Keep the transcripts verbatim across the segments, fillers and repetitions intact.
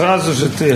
сразу же ты,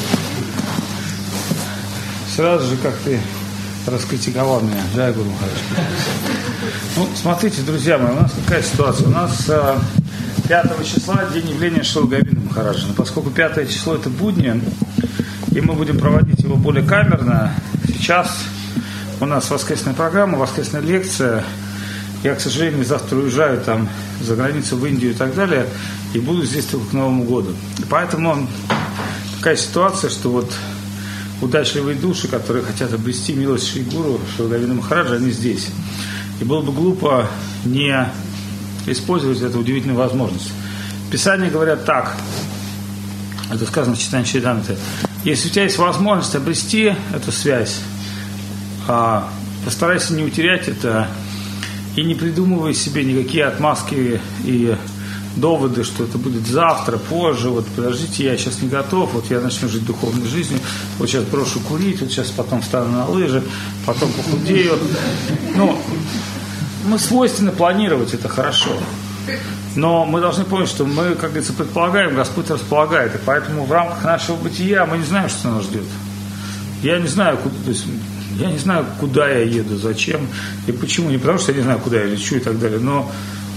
сразу же как ты раскритиковал меня, да, Гуру Махарадж. Ну, смотрите, друзья мои, у нас какая ситуация? У нас а, пятого числа день явления Шрила Говинда Махараджа. Но поскольку пятое число это будни, и мы будем проводить его более камерно, сейчас у нас воскресная программа, воскресная лекция. Я, к сожалению, завтра уезжаю там за границу, в Индию и так далее, и буду здесь только к Новому году. Поэтому такая ситуация, что вот удачливые души, которые хотят обрести милость Шри Гуру, Шрила Говинда Махараджа, они здесь. И было бы глупо не использовать эту удивительную возможность. Писания говорят так, это сказано в Чайтанья Чаритамрите: если у тебя есть возможность обрести эту связь, постарайся не утерять это и не придумывай себе никакие отмазки и доводы, что это будет завтра, позже, вот подождите, я сейчас не готов, вот я начну жить духовной жизнью, вот сейчас брошу курить, вот сейчас потом встану на лыжи, потом похудею. Ну, мы свойственны планировать, это хорошо. Но мы должны помнить, что мы, как говорится, предполагаем, Господь располагает, и поэтому в рамках нашего бытия мы не знаем, что нас ждет. Я не знаю, куда, то есть, я не знаю, куда я еду, зачем и почему. Не потому, что я не знаю, куда я лечу и так далее, но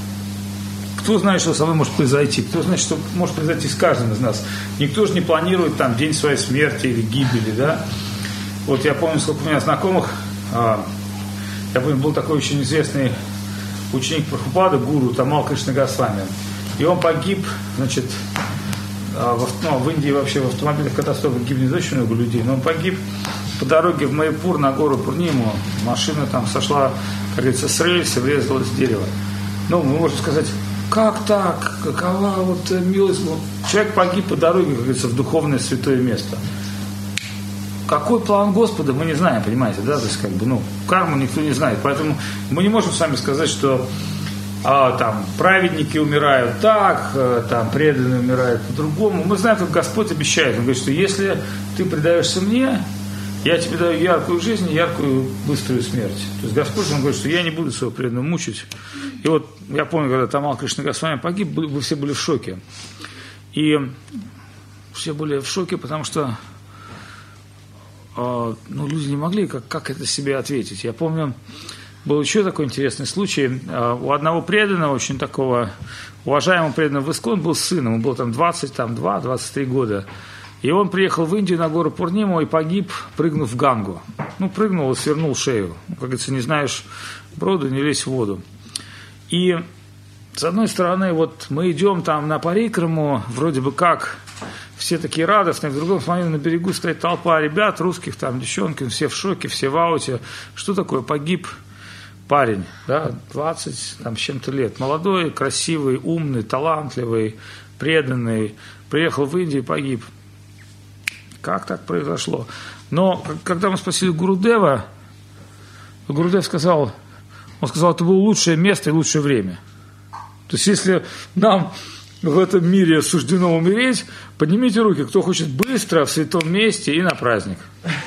кто знает, что со мной может произойти, кто знает, что может произойти с каждым из нас. Никто же не планирует там день своей смерти или гибели, да. Вот я помню, сколько у меня знакомых, а, я помню, был такой очень известный ученик Прабхупады, гуру Тамал Кришна Госвами, и он погиб, значит, в, ну, в Индии вообще в автомобильных катастрофах гибнет очень много людей, но он погиб по дороге в Майяпур на гору Пурниму. Машина там сошла, как говорится, с рельса, врезалась в дерево. Ну, мы можем сказать, как так, какова вот милость. Человек погиб по дороге, как говорится, в духовное святое место. Какой план Господа, мы не знаем, понимаете, да, то есть как бы, ну, карму никто не знает, поэтому мы не можем с вами сказать, что а, там праведники умирают так, а, там преданные умирают по-другому. Мы знаем, как Господь обещает, Он говорит, что если ты предаешься мне, я тебе даю яркую жизнь, яркую, быструю смерть. То есть Господь, Он говорит, что я не буду своего преданного мучить. И вот я помню, когда Тамал Кришна Госвами погиб, вы все были в шоке. И все были в шоке, потому что ну, люди не могли как, как это себе ответить. Я помню, был еще такой интересный случай. У одного преданного, очень такого уважаемого преданного в ИСККОН, был сын, ему было там двадцать два - двадцать три года. И он приехал в Индию на гору Пурниму и погиб, прыгнув в Гангу. Ну, прыгнул и свернул шею. Как говорится, не знаешь броду, не лезь в воду. И, с одной стороны, вот мы идем там на парикраму, вроде бы как все такие радостные, в другом моменте на берегу стоит толпа ребят, русских, там, девчонки, все в шоке, все в ауте. Что такое? Погиб парень, да, двадцать там, с чем-то лет. Молодой, красивый, умный, талантливый, преданный. Приехал в Индию и погиб. Как так произошло? Но когда мы спросили Гурудева, Гурудев сказал, он сказал, это было лучшее место и лучшее время. То есть, если нам в этом мире суждено умереть, поднимите руки, кто хочет быстро, в святом месте и на праздник.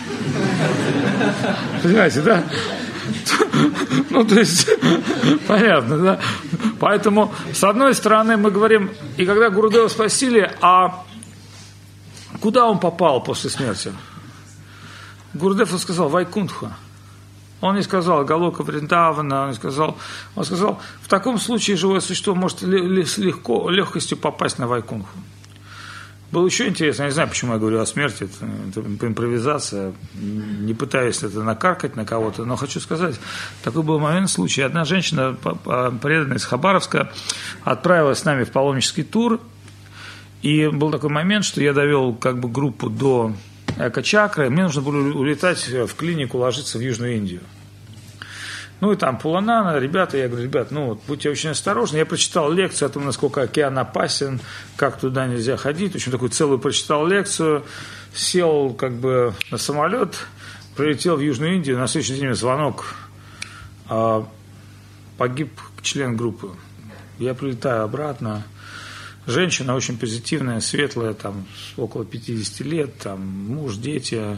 Понимаете, да? Ну, то есть, понятно, да? Поэтому, с одной стороны, мы говорим, и когда Гурудева спросили, а куда он попал после смерти? Гурудев сказал, Вайкунтха. Он не сказал Галока Вриндавана, он не сказал, он сказал, в таком случае живое существо может с легко, легкостью попасть на Вайкунтху. Было еще интересно, я не знаю, почему я говорю о смерти, это, это импровизация, не пытаюсь это накаркать на кого-то, но хочу сказать, такой был момент, случай. Одна женщина, преданная из Хабаровска, отправилась с нами в паломнический тур, и был такой момент, что я довел как бы группу до Эко-чакры, мне нужно было улетать в клинику, ложиться в Южную Индию. Ну и там Пуланана, ребята, я говорю, ребят, ну вот будьте очень осторожны. Я прочитал лекцию о том, насколько океан опасен, как туда нельзя ходить. В общем, такую целую прочитал лекцию, сел как бы на самолет, прилетел в Южную Индию, на следующий день звонок, а, погиб член группы. Я прилетаю обратно. Женщина очень позитивная, светлая, там, около пятидесяти лет, там, муж, дети.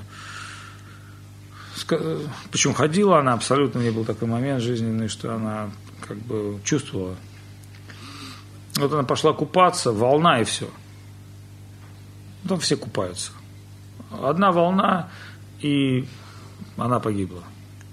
Причем ходила она абсолютно, не был такой момент жизненный, что она как бы чувствовала. Вот она пошла купаться, волна и все. Там все купаются. Одна волна, и она погибла.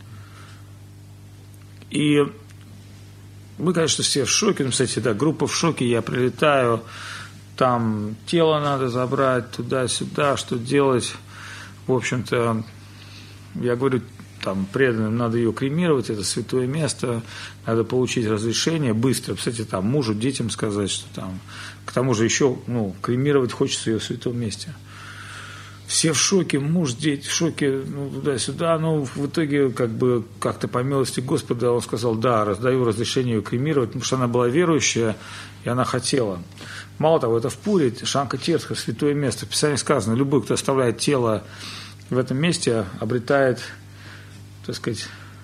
И мы, конечно, все в шоке. Ну, кстати, да, группа в шоке. Я прилетаю, там тело надо забрать, туда-сюда, что делать. В общем-то, я говорю, там преданным надо ее кремировать, это святое место, надо получить разрешение быстро. Кстати, там мужу, детям сказать, что там, к тому же еще, ну, кремировать хочется ее в святом месте. Все в шоке, муж, дети в шоке, ну, туда-сюда, но в итоге, как бы, как-то по милости Господа, он сказал, да, раздаю разрешение ее кремировать, потому что она была верующая, и она хотела. Мало того, это в Пуре, Шанка-Тиртха, святое место. В Писании сказано, любой, кто оставляет тело в этом месте, обретает, так сказать,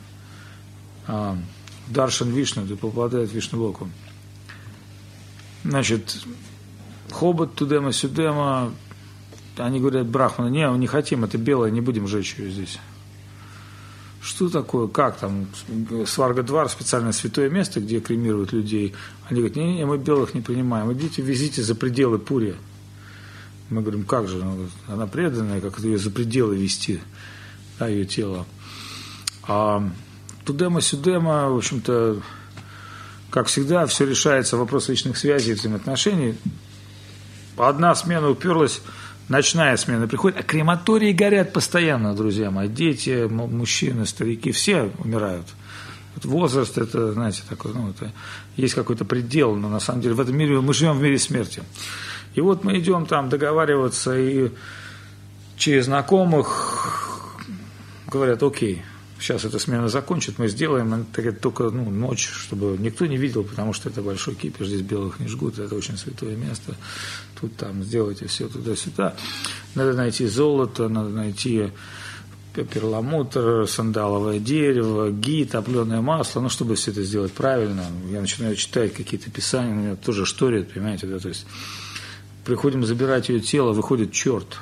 даршан Вишну, то попадает в Вишну-локу. Значит, хобот, тудема, сюдема, они говорят, брахманы, не, мы не хотим, это белое, не будем жечь ее здесь. Что такое, как там, Сваргадвар, специальное святое место, где кремируют людей. Они говорят, не, не, мы белых не принимаем, идите, везите за пределы Пури. Мы говорим, как же, она преданная, как ее за пределы вести, да, ее тело. А тудема-сюдема, в общем-то, как всегда, все решается, вопрос личных связей и взаимоотношений. Одна смена уперлась, ночная смена приходит, а крематории горят постоянно, друзья мои. Дети, мужчины, старики, все умирают. Вот возраст, это, знаете, такой, ну, это есть какой-то предел, но на самом деле в этом мире, мы живем в мире смерти. И вот мы идем там договариваться, и через знакомых говорят, окей, сейчас эта смена закончит, мы сделаем только, ну, ночь, чтобы никто не видел, потому что это большой кипиш, здесь белых не жгут, это очень святое место, тут там сделайте все туда-сюда. Надо найти золото, надо найти перламутр, сандаловое дерево, ги, топленое масло, ну, чтобы все это сделать правильно. Я начинаю читать какие-то писания, у меня тоже шторит, понимаете, да, то есть приходим забирать ее тело, выходит черт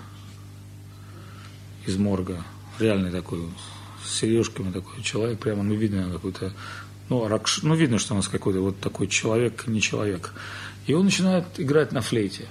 из морга, реальный такой, с сережками такой человек, прямо, ну, видно какой-то, ну, ракш, ну, видно, что у нас какой-то вот такой человек, не человек. И он начинает играть на флейте.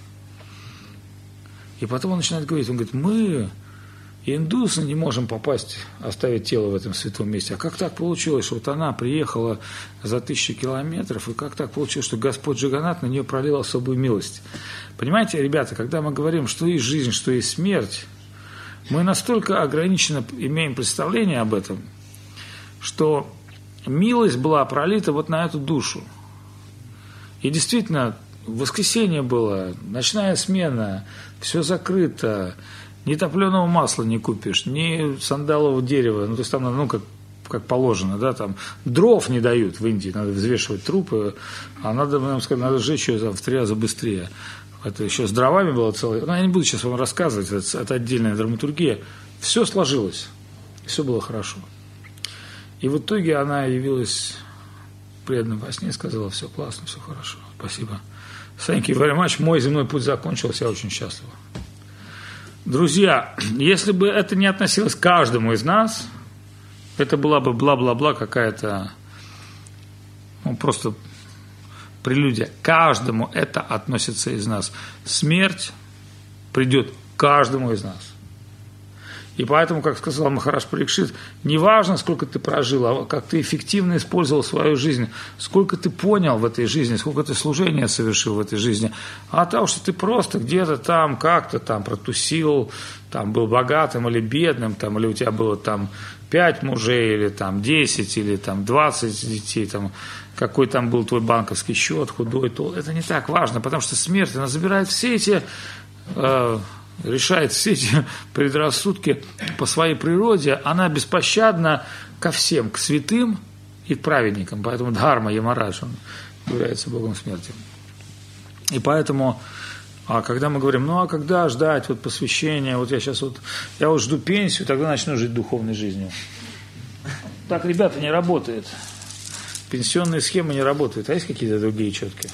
И потом он начинает говорить, он говорит, мы, индусы, не можем попасть, оставить тело в этом святом месте. А как так получилось, что вот она приехала за тысячи километров, и как так получилось, что Господь Джаганнат на нее пролил особую милость? Понимаете, ребята, когда мы говорим, что есть жизнь, что есть смерть, мы настолько ограниченно имеем представление об этом, что милость была пролита вот на эту душу. И действительно, в воскресенье было, ночная смена, все закрыто, ни топленого масла не купишь, ни сандалового дерева, ну, то есть там, ну, как, как положено, да, там дров не дают в Индии, надо взвешивать трупы, а надо, нам сказать, надо сжечь ее в три раза быстрее. Это еще с дровами было целое. Ну, я не буду сейчас вам рассказывать, это, это отдельная драматургия. Все сложилось, все было хорошо. И в итоге она явилась преданным во сне и сказала, все классно, все хорошо, спасибо. Thank you very much. Мой земной путь закончился, я очень счастлив. Друзья, если бы это не относилось к каждому из нас, это была бы бла-бла-бла какая-то, ну, просто прелюдия. Каждому это относится из нас. Смерть придет к каждому из нас. И поэтому, как сказал Махарадж Парикшит, не важно, сколько ты прожил, а как ты эффективно использовал свою жизнь, сколько ты понял в этой жизни, сколько ты служения совершил в этой жизни. А то, что ты просто где-то там, как-то там протусил, там был богатым или бедным, там, или у тебя было там пять мужей, или там десять, или там двадцать детей, там, какой там был твой банковский счет, худой, то это не так важно, потому что смерть, она забирает все эти... Э, решает все эти предрассудки по своей природе, она беспощадна ко всем, к святым и к праведникам. Поэтому Дхарма, Ямарадж, он является Богом смерти. И поэтому, а когда мы говорим, ну а когда ждать вот посвящения, вот я сейчас вот, я вот жду пенсию, тогда начну жить духовной жизнью. Так, ребята, не работает. Пенсионные схемы не работают. А есть какие-то другие четкие?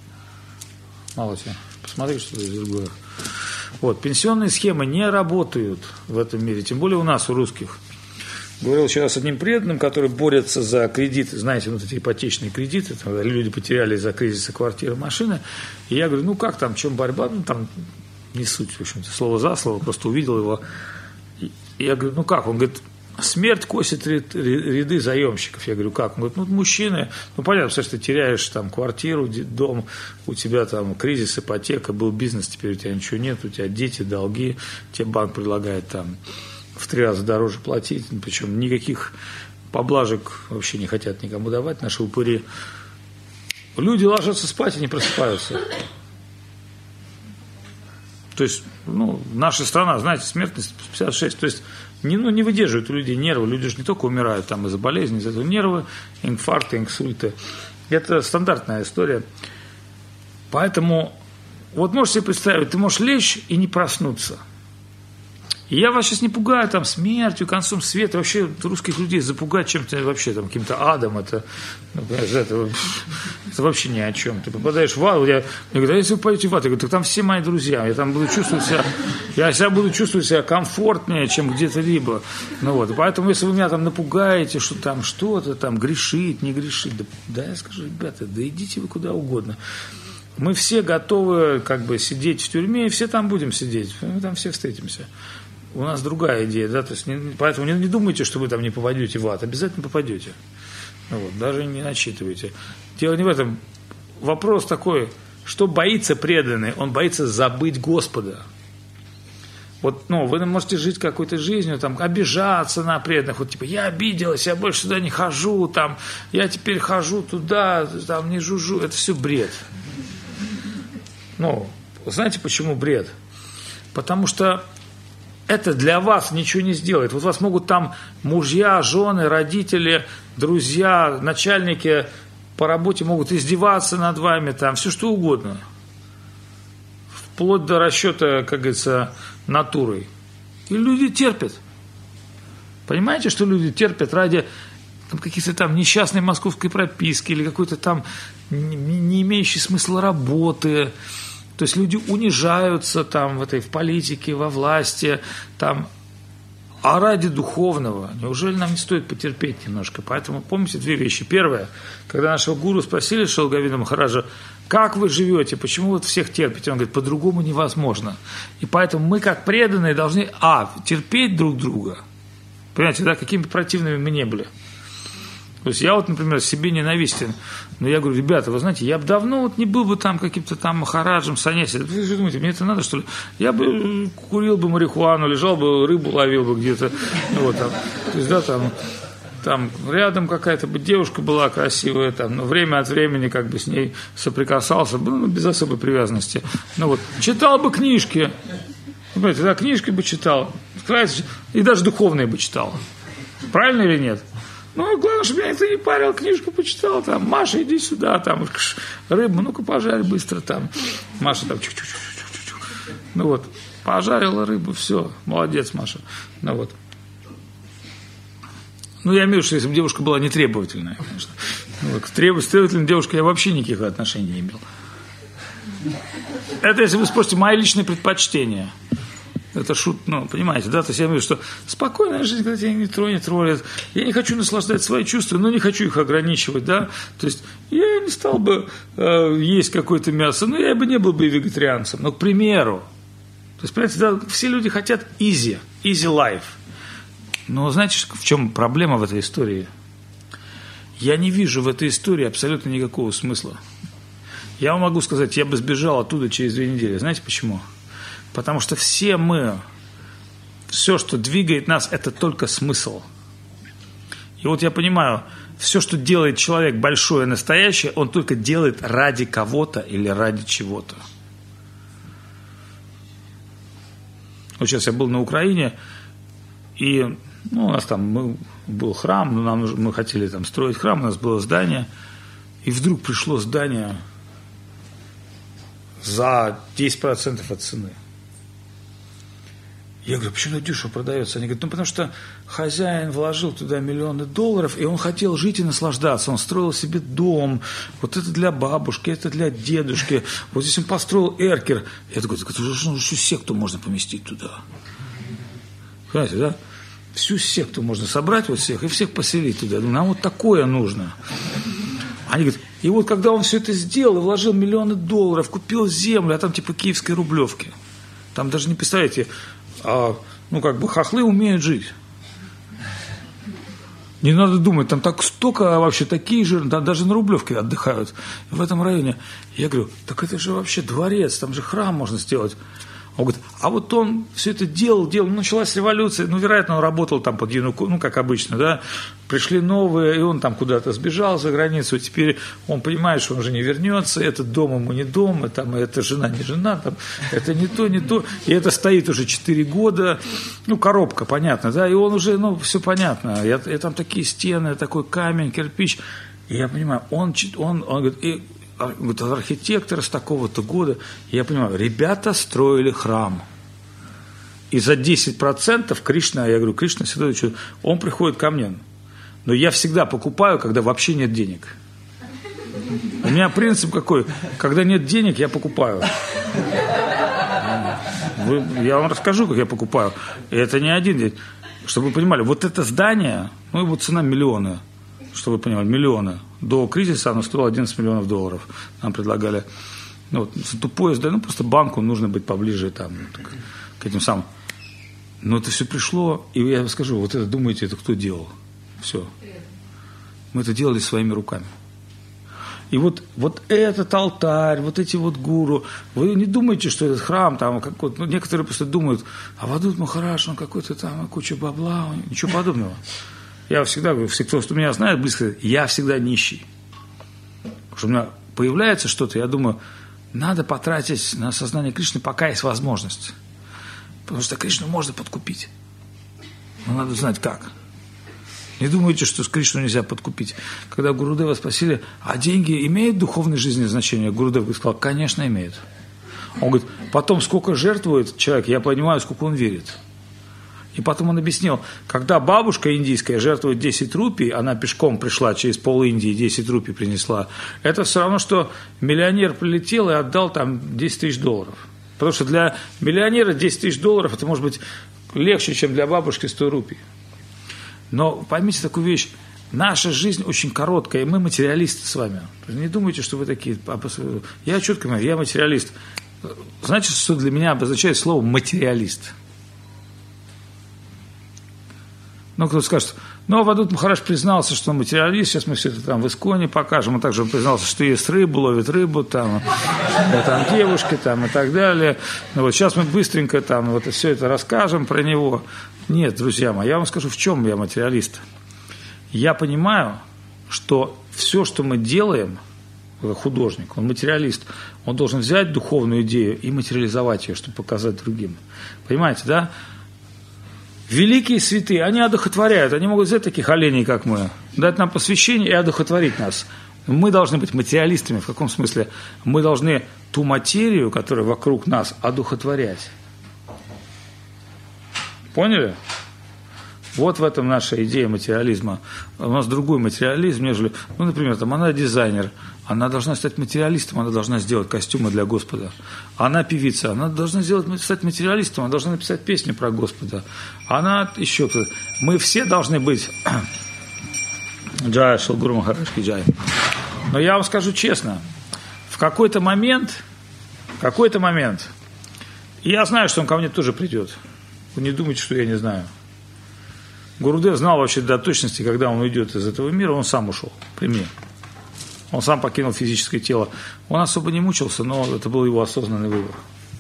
Мало тебе. Посмотри, что есть другое. Вот, пенсионные схемы не работают в этом мире, тем более у нас, у русских. Говорил вчера с одним преданным, который борется за кредиты, знаете, вот эти ипотечные кредиты, когда люди потеряли из-за кризиса квартиры, машины. И я говорю, ну как там, в чем борьба? Ну там не суть, в общем-то, слово за слово, просто увидел его. И я говорю, ну как? Он говорит, смерть косит ряды заемщиков. Я говорю, как? Он говорит, ну, мужчины, ну, понятно, что ты теряешь там квартиру, дом, у тебя там кризис, ипотека, был бизнес, теперь у тебя ничего нет, у тебя дети, долги, тебе банк предлагает там в три раза дороже платить, причем никаких поблажек вообще не хотят никому давать, наши упыри. Люди ложатся спать и не просыпаются. То есть, ну, наша страна, знаете, смертность пятьдесят шесть, то есть не, ну, не выдерживают у людей нервы, люди же не только умирают там из-за болезней, из-за этого нервы, инфаркты, инсульты. Это стандартная история. Поэтому, вот можешь себе представить, ты можешь лечь и не проснуться. И я вас сейчас не пугаю там смертью, концом света, вообще русских людей запугать чем-то вообще там каким-то адом, это, ну, это, это вообще ни о чем. Ты попадаешь в ад, я, я говорю, а если вы пойдете в ад, я говорю, так там все мои друзья, я там буду чувствовать себя, я себя буду чувствовать себя комфортнее, чем где-то либо. Ну вот, поэтому если вы меня там напугаете, что там что-то там грешит, не грешит, да, да я скажу, ребята, да идите вы куда угодно. Мы все готовы как бы сидеть в тюрьме, и все там будем сидеть, мы там все встретимся. У нас другая идея, да, то есть не, поэтому не, не думайте, что вы там не попадете в ад, обязательно попадете. Ну, вот, даже не начитывайте. Дело не в этом. Вопрос такой, что боится преданный? Он боится забыть Господа. Вот, ну, вы можете жить какой-то жизнью, там, обижаться на преданных, вот, типа, я обиделась, я больше сюда не хожу, там, я теперь хожу туда, там, не жужжу, это все бред. Ну, знаете, почему бред? Потому что это для вас ничего не сделает. Вот вас могут там мужья, жены, родители, друзья, начальники по работе могут издеваться над вами, там, все что угодно. Вплоть до расчета, как говорится, натурой. И люди терпят. Понимаете, что люди терпят ради там, каких-то там несчастной московской прописки или какой-то там не, не имеющей смысла работы. То есть люди унижаются там в этой в политике, во власти, там, а ради духовного. Неужели нам не стоит потерпеть немножко? Поэтому помните две вещи. Первое, когда нашего гуру спросили Шри Говинда Махараджа, как вы живете, почему вы всех терпите? Он говорит, по-другому невозможно. И поэтому мы, как преданные, должны, а, терпеть друг друга. Понимаете, да, какими бы противными мы не были. То есть я вот, например, себе ненавистен, но я говорю, ребята, вы знаете, я бы давно вот не был бы там каким-то там махараджем, саньяси. Вы же думаете, мне это надо, что ли? Я бы курил бы марихуану, лежал бы, рыбу ловил бы где-то. Вот, там. То есть, да, там, там рядом какая-то бы девушка была красивая, там, но время от времени как бы с ней соприкасался, ну, без особой привязанности. Ну вот, читал бы книжки, понимаете, да, книжки бы читал, и даже духовные бы читал. Правильно или нет? Ну, главное, чтобы меня никто не парил, книжку почитал, там, Маша, иди сюда, там, рыбу, ну-ка, пожарь быстро, там, Маша, там, чук-чук-чук-чук-чук, ну вот, пожарила рыбу, все, молодец, Маша, ну вот. Ну, я имею в виду, что если бы девушка была нетребовательная, конечно. Ну, вот, к требовательной девушке я вообще никаких отношений не имел. Это, если вы спросите, мои личные предпочтения. Это шут, ну, понимаете, да, то есть я говорю, что спокойная жизнь, когда тебя никто не троллит, я не хочу наслаждать свои чувства, но не хочу их ограничивать, да, то есть я не стал бы э, есть какое-то мясо, но я бы не был бы вегетарианцем, но, к примеру, то есть, понимаете, да, все люди хотят easy, easy life, но знаете, в чем проблема в этой истории? Я не вижу в этой истории абсолютно никакого смысла. Я вам могу сказать, я бы сбежал оттуда через две недели, знаете почему? Потому что все мы, все, что двигает нас, это только смысл. И вот я понимаю, все, что делает человек большое, настоящее, он только делает ради кого-то или ради чего-то. Вот сейчас я был на Украине, и ну, у нас там мы, был храм, ну, нам, мы хотели там строить храм, у нас было здание, и вдруг пришло здание за десять процентов от цены. Я говорю, почему так дешево продается? Они говорят, ну потому что хозяин вложил туда миллионы долларов, и он хотел жить и наслаждаться. Он строил себе дом, вот это для бабушки, это для дедушки. Вот здесь он построил эркер. Я такой, так это уже всю секту можно поместить туда. Понимаете, да? Всю секту можно собрать вот всех и всех поселить туда. Нам вот такое нужно. Они говорят, и вот когда он все это сделал, и вложил миллионы долларов, купил землю, а там типа киевской Рублевки. Там даже не представляете, а, ну как бы хохлы умеют жить. Не надо думать, там так столько вообще такие же, там даже на Рублевке отдыхают в этом районе. Я говорю, так это же вообще дворец, там же храм можно сделать. Он говорит, а вот он все это делал, делал, началась революция, ну, вероятно, он работал там под Януковичем, ну, как обычно, да, пришли новые, и он там куда-то сбежал за границу, теперь он понимает, что он уже не вернется, этот дом ему не дом, и там, это жена не жена, там, это не то, не то, и это стоит уже четыре года, ну, коробка, понятно, да, и он уже, ну, все понятно, и, и там такие стены, такой камень, кирпич, и я понимаю, он, он, он говорит, и, говорит, архитектор с такого-то года. Я понимаю, ребята строили храм. И за десять процентов Кришна, я говорю, Кришна всегда, он приходит ко мне. Но я всегда покупаю, когда вообще нет денег. У меня принцип какой? Когда нет денег, я покупаю. Вы, я вам расскажу, как я покупаю. И это не один день. Чтобы вы понимали, вот это здание, ну, его цена миллионы. Чтобы вы понимали, миллионы. До кризиса оно стоило одиннадцать миллионов долларов. Нам предлагали. Ну, вот, тупое здание, ну, просто банку нужно быть поближе там, к, к этим самым. Но это все пришло, и я вам скажу, вот это, думаете, это кто делал? Все. Мы это делали своими руками. И вот, вот этот алтарь, вот эти вот гуру, вы не думаете, что этот храм, там, какой-то, ну, некоторые просто думают, а Авадут Махарадж, он какой-то там, куча бабла, ничего подобного. Я всегда говорю, все, кто меня знает, близко, я всегда нищий. Потому что у меня появляется что-то, я думаю, надо потратить на сознание Кришны, пока есть возможность. Потому что Кришну можно подкупить. Но надо знать, как. Не думайте, что с Кришну нельзя подкупить. Когда Гурудева спросили, а деньги имеют в духовной жизни значение? Гурудев сказал, конечно, имеют. Он говорит, потом сколько жертвует человек, я понимаю, сколько он верит. И потом он объяснил, когда бабушка индийская жертвует десять рупий, она пешком пришла через пол Индии, десять рупий принесла, это все равно, что миллионер прилетел и отдал там десять тысяч долларов. Потому что для миллионера десять тысяч долларов это может быть легче, чем для бабушки сто рупий. Но поймите такую вещь, наша жизнь очень короткая, и мы материалисты с вами. Не думайте, что вы такие... Я четко понимаю, я материалист. Знаете, что для меня обозначает слово «материалист»? Ну, кто-то скажет, ну, Авадут Махарадж признался, что он материалист, сейчас мы все это там в Исконе покажем, он также признался, что ест рыбу, ловит рыбу, там, там девушки, там, и так далее. Ну, вот сейчас мы быстренько там вот все это расскажем про него. Нет, друзья мои, я вам скажу, в чем я материалист. Я понимаю, что все, что мы делаем, художник, он материалист, он должен взять духовную идею и материализовать ее, чтобы показать другим. Понимаете, да? Великие святые, они одухотворяют, они могут взять таких оленей, как мы, дать нам посвящение и одухотворить нас. Мы должны быть материалистами, в каком смысле? Мы должны ту материю, которая вокруг нас, одухотворять. Поняли? Вот в этом наша идея материализма. У нас другой материализм, нежели... Ну, например, там, она дизайнер, она должна стать материалистом, она должна сделать костюмы для Господа. Она певица, она должна сделать, стать материалистом, она должна написать песню про Господа. Она еще кто-то. Мы все должны быть... Джай, Шалгуру Махарадж, Джай. Но я вам скажу честно, в какой-то момент, в какой-то момент, и я знаю, что он ко мне тоже придет. Вы не думайте, что я не знаю. Гурудев знал вообще до точности, когда он уйдет из этого мира, он сам ушел, при мне. Он сам покинул физическое тело. Он особо не мучился, но это был его осознанный выбор.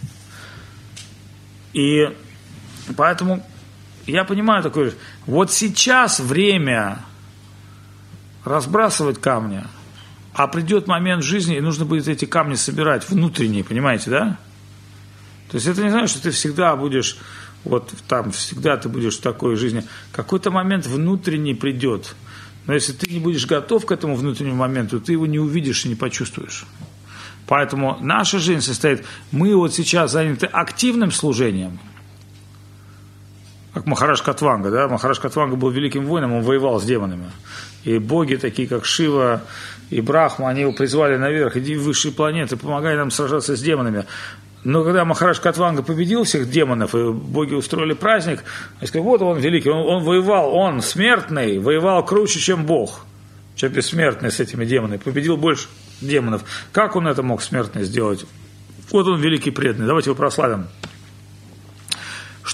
И поэтому я понимаю такое, вот сейчас время разбрасывать камни, а придет момент жизни, и нужно будет эти камни собирать внутренние, понимаете, да? То есть это не значит, что ты всегда будешь... Вот там всегда ты будешь в такой жизни. Какой-то момент внутренний придет. Но если ты не будешь готов к этому внутреннему моменту, ты его не увидишь и не почувствуешь. Поэтому наша жизнь состоит... Мы вот сейчас заняты активным служением. Как Махарадж Катванга. Да? Махарадж Катванга был великим воином, он воевал с демонами. И боги, такие как Шива и Брахма, они его призвали наверх. Иди в высшие планеты, помогай нам сражаться с демонами. Но когда Махарадж Катванга победил всех демонов, и боги устроили праздник, они сказали, вот он великий, он, он воевал, он смертный, воевал круче, чем Бог, чем бессмертный с этими демонами, победил больше демонов. Как он это мог смертный сделать? Вот он великий преданный, давайте его прославим.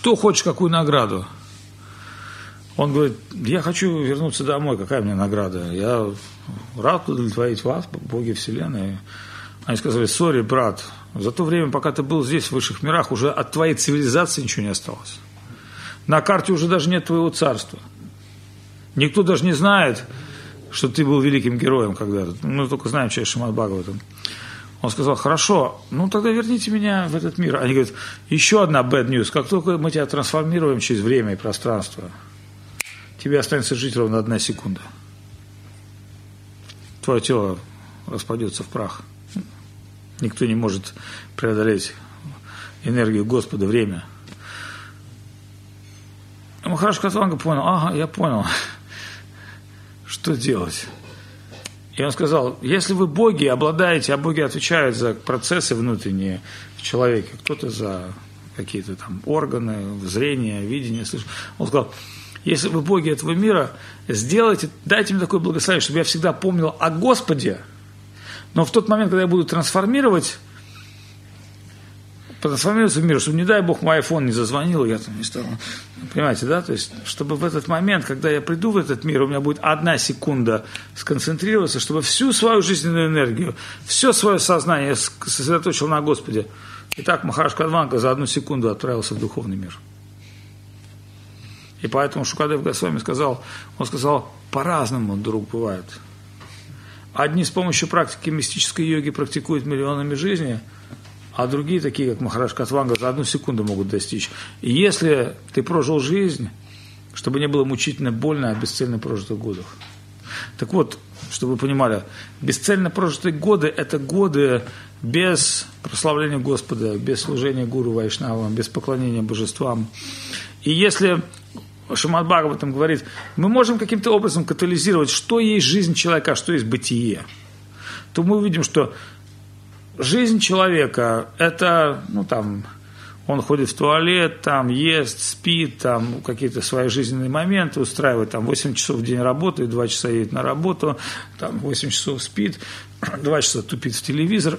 что хочешь, какую награду? Он говорит, я хочу вернуться домой, какая мне награда? Я рад удовлетворить вас, боги вселенной. Они сказали, сори, брат, за то время, пока ты был здесь, в высших мирах, уже от твоей цивилизации ничего не осталось. На карте уже даже нет твоего царства. Никто даже не знает, что ты был великим героем когда-то. Мы только знаем часть Шримад Бхагаватам. Он сказал, хорошо, ну тогда верните меня в этот мир. Они говорят, еще одна bad news. Как только мы тебя трансформируем через время и пространство, тебе останется жить ровно одна секунда. Твое тело распадется в прах. Никто не может преодолеть энергию Господа, время. Махарадж Катванга понял, ага, я понял, что делать. И он сказал, если вы боги обладаете, а боги отвечают за процессы внутренние в человеке, кто-то за какие-то там органы, зрение, видение, слышание. Он сказал, если вы боги этого мира, сделайте, дайте мне такое благословение, чтобы я всегда помнил о Господе, но в тот момент, когда я буду трансформировать, трансформироваться в мир, чтобы, не дай Бог, мой айфон не зазвонил, я там не стал. Понимаете, да? То есть, чтобы в этот момент, когда я приду в этот мир, у меня будет одна секунда сконцентрироваться, чтобы всю свою жизненную энергию, все свое сознание сосредоточил на Господе. Итак, Махарадж Катванга за одну секунду отправился в духовный мир. И поэтому Шукадев Госвами сказал, он сказал, по-разному, друг, бывает. Одни с помощью практики мистической йоги практикуют миллионами жизней, а другие, такие как Махарадж Катванга, за одну секунду могут достичь. И если ты прожил жизнь, чтобы не было мучительно больно о бесцельно прожитых годах. Так вот, чтобы вы понимали, бесцельно прожитые годы – это годы без прославления Господа, без служения гуру вайшнавам, без поклонения божествам. И если Шримад Бхагаватам говорит, мы можем каким-то образом катализировать, что есть жизнь человека, а что есть бытие, то мы увидим, что жизнь человека – это, ну, там, он ходит в туалет, там, ест, спит, там, какие-то свои жизненные моменты устраивает, там, восемь часов в день работает, два часа едет на работу, там, восемь часов спит, два часа тупит в телевизор.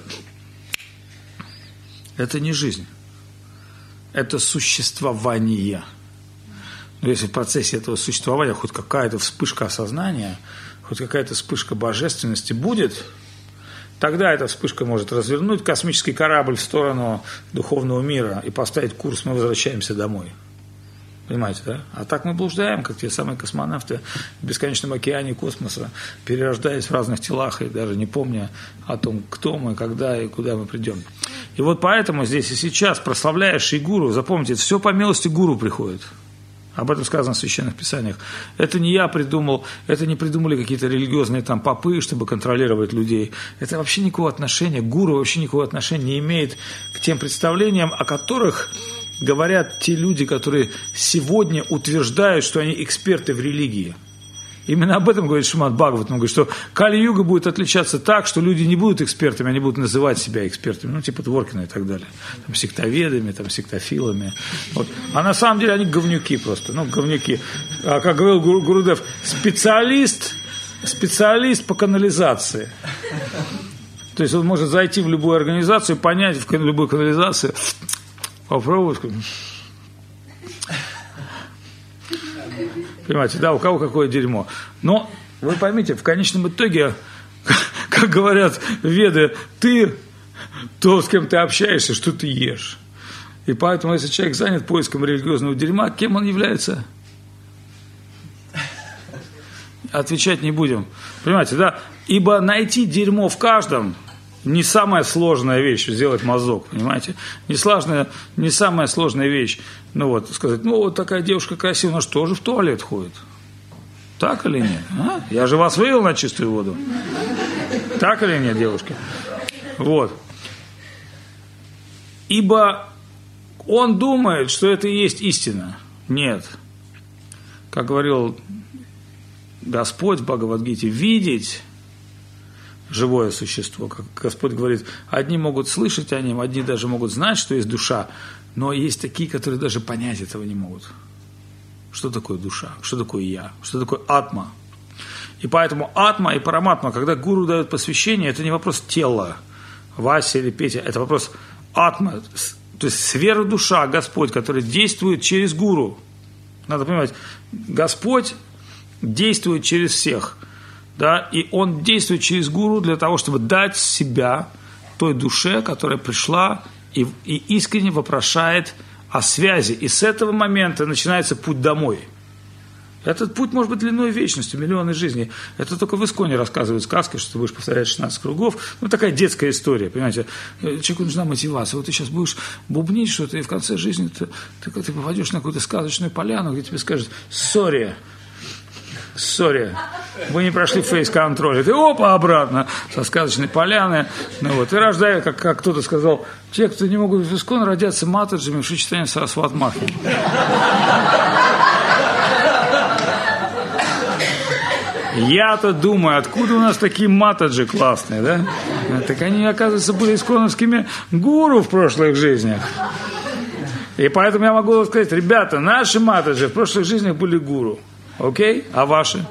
Это не жизнь. Это существование. Но если в процессе этого существования хоть какая-то вспышка осознания, хоть какая-то вспышка божественности будет, тогда эта вспышка может развернуть космический корабль в сторону духовного мира и поставить курс, мы возвращаемся домой. Понимаете, да? А так мы блуждаем, как те самые космонавты в бесконечном океане космоса, перерождаясь в разных телах и даже не помня о том, кто мы, когда и куда мы придем. И вот поэтому здесь и сейчас, прославляя Шри Гуру, запомните, это все по милости Гуру приходит. Об этом сказано в Священных Писаниях. Это не я придумал, это не придумали какие-то религиозные там попы, чтобы контролировать людей. Это вообще никакого отношения, гуру вообще никакого отношения не имеет к тем представлениям, о которых говорят те люди, которые сегодня утверждают, что они эксперты в религии. Именно об этом говорит Шримад Бхагаватам. Он говорит, что Кали-юга будет отличаться так, что люди не будут экспертами, они будут называть себя экспертами, ну, типа Дворкина и так далее. Там, сектоведами, там, сектофилами. Вот. А на самом деле они говнюки просто, ну, говнюки. А, как говорил Гуру, Гурудев, специалист, специалист по канализации. То есть он может зайти в любую организацию, понять в любую канализацию, попробовать. Понимаете, да, у кого какое дерьмо. Но вы поймите, в конечном итоге, как говорят веды, ты, то, с кем ты общаешься, что ты ешь. И поэтому, если человек занят поиском религиозного дерьма, кем он является? Отвечать не будем. Понимаете, да? Ибо найти дерьмо в каждом не самая сложная вещь, сделать мазок, понимаете? Не, сложная, не самая сложная вещь, ну вот, сказать, ну вот такая девушка красивая, она же тоже в туалет ходит. Так или нет? А? Я же вас вывел на чистую воду. Так или нет, девушки? Вот. Ибо он думает, что это и есть истина. Нет. Как говорил Господь в Бхагавад-гите, видеть живое существо, как Господь говорит, одни могут слышать о нем, одни даже могут знать, что есть душа, но есть такие, которые даже понять этого не могут. Что такое душа? Что такое я? Что такое атма? И поэтому атма и параматма, когда гуру дает посвящение, это не вопрос тела, Вася или Петя, это вопрос атма, То есть сфера-душа, Господь, который действует через гуру. Надо понимать, Господь действует через всех. Да, и Он действует через гуру для того, чтобы дать себя той душе, которая пришла и, и искренне вопрошает о связи. И с этого момента начинается путь домой. Этот путь может быть длиной вечностью, миллионы жизней. Это только в Исконе рассказывают сказки, что ты будешь повторять шестнадцать кругов. Ну, такая детская история, понимаете. Человеку нужна мотивация. Вот ты сейчас будешь бубнить что-то, и в конце жизни ты, ты, ты попадешь на какую-то сказочную поляну, где тебе скажут «Сори, сори, вы не прошли фейс-контроль». И ты опа, обратно со сказочной поляны. Ну, вот. И рождая, как, как кто-то сказал, те, кто не могут в Искон, родятся матаджами в сочетании с Сарасват-махой. Я-то думаю, откуда у нас такие матаджи классные, да? Так они, оказывается, были исконовскими гуру в прошлых жизнях. И поэтому я могу сказать, ребята, наши матаджи в прошлых жизнях были гуру. Окей? А ваши?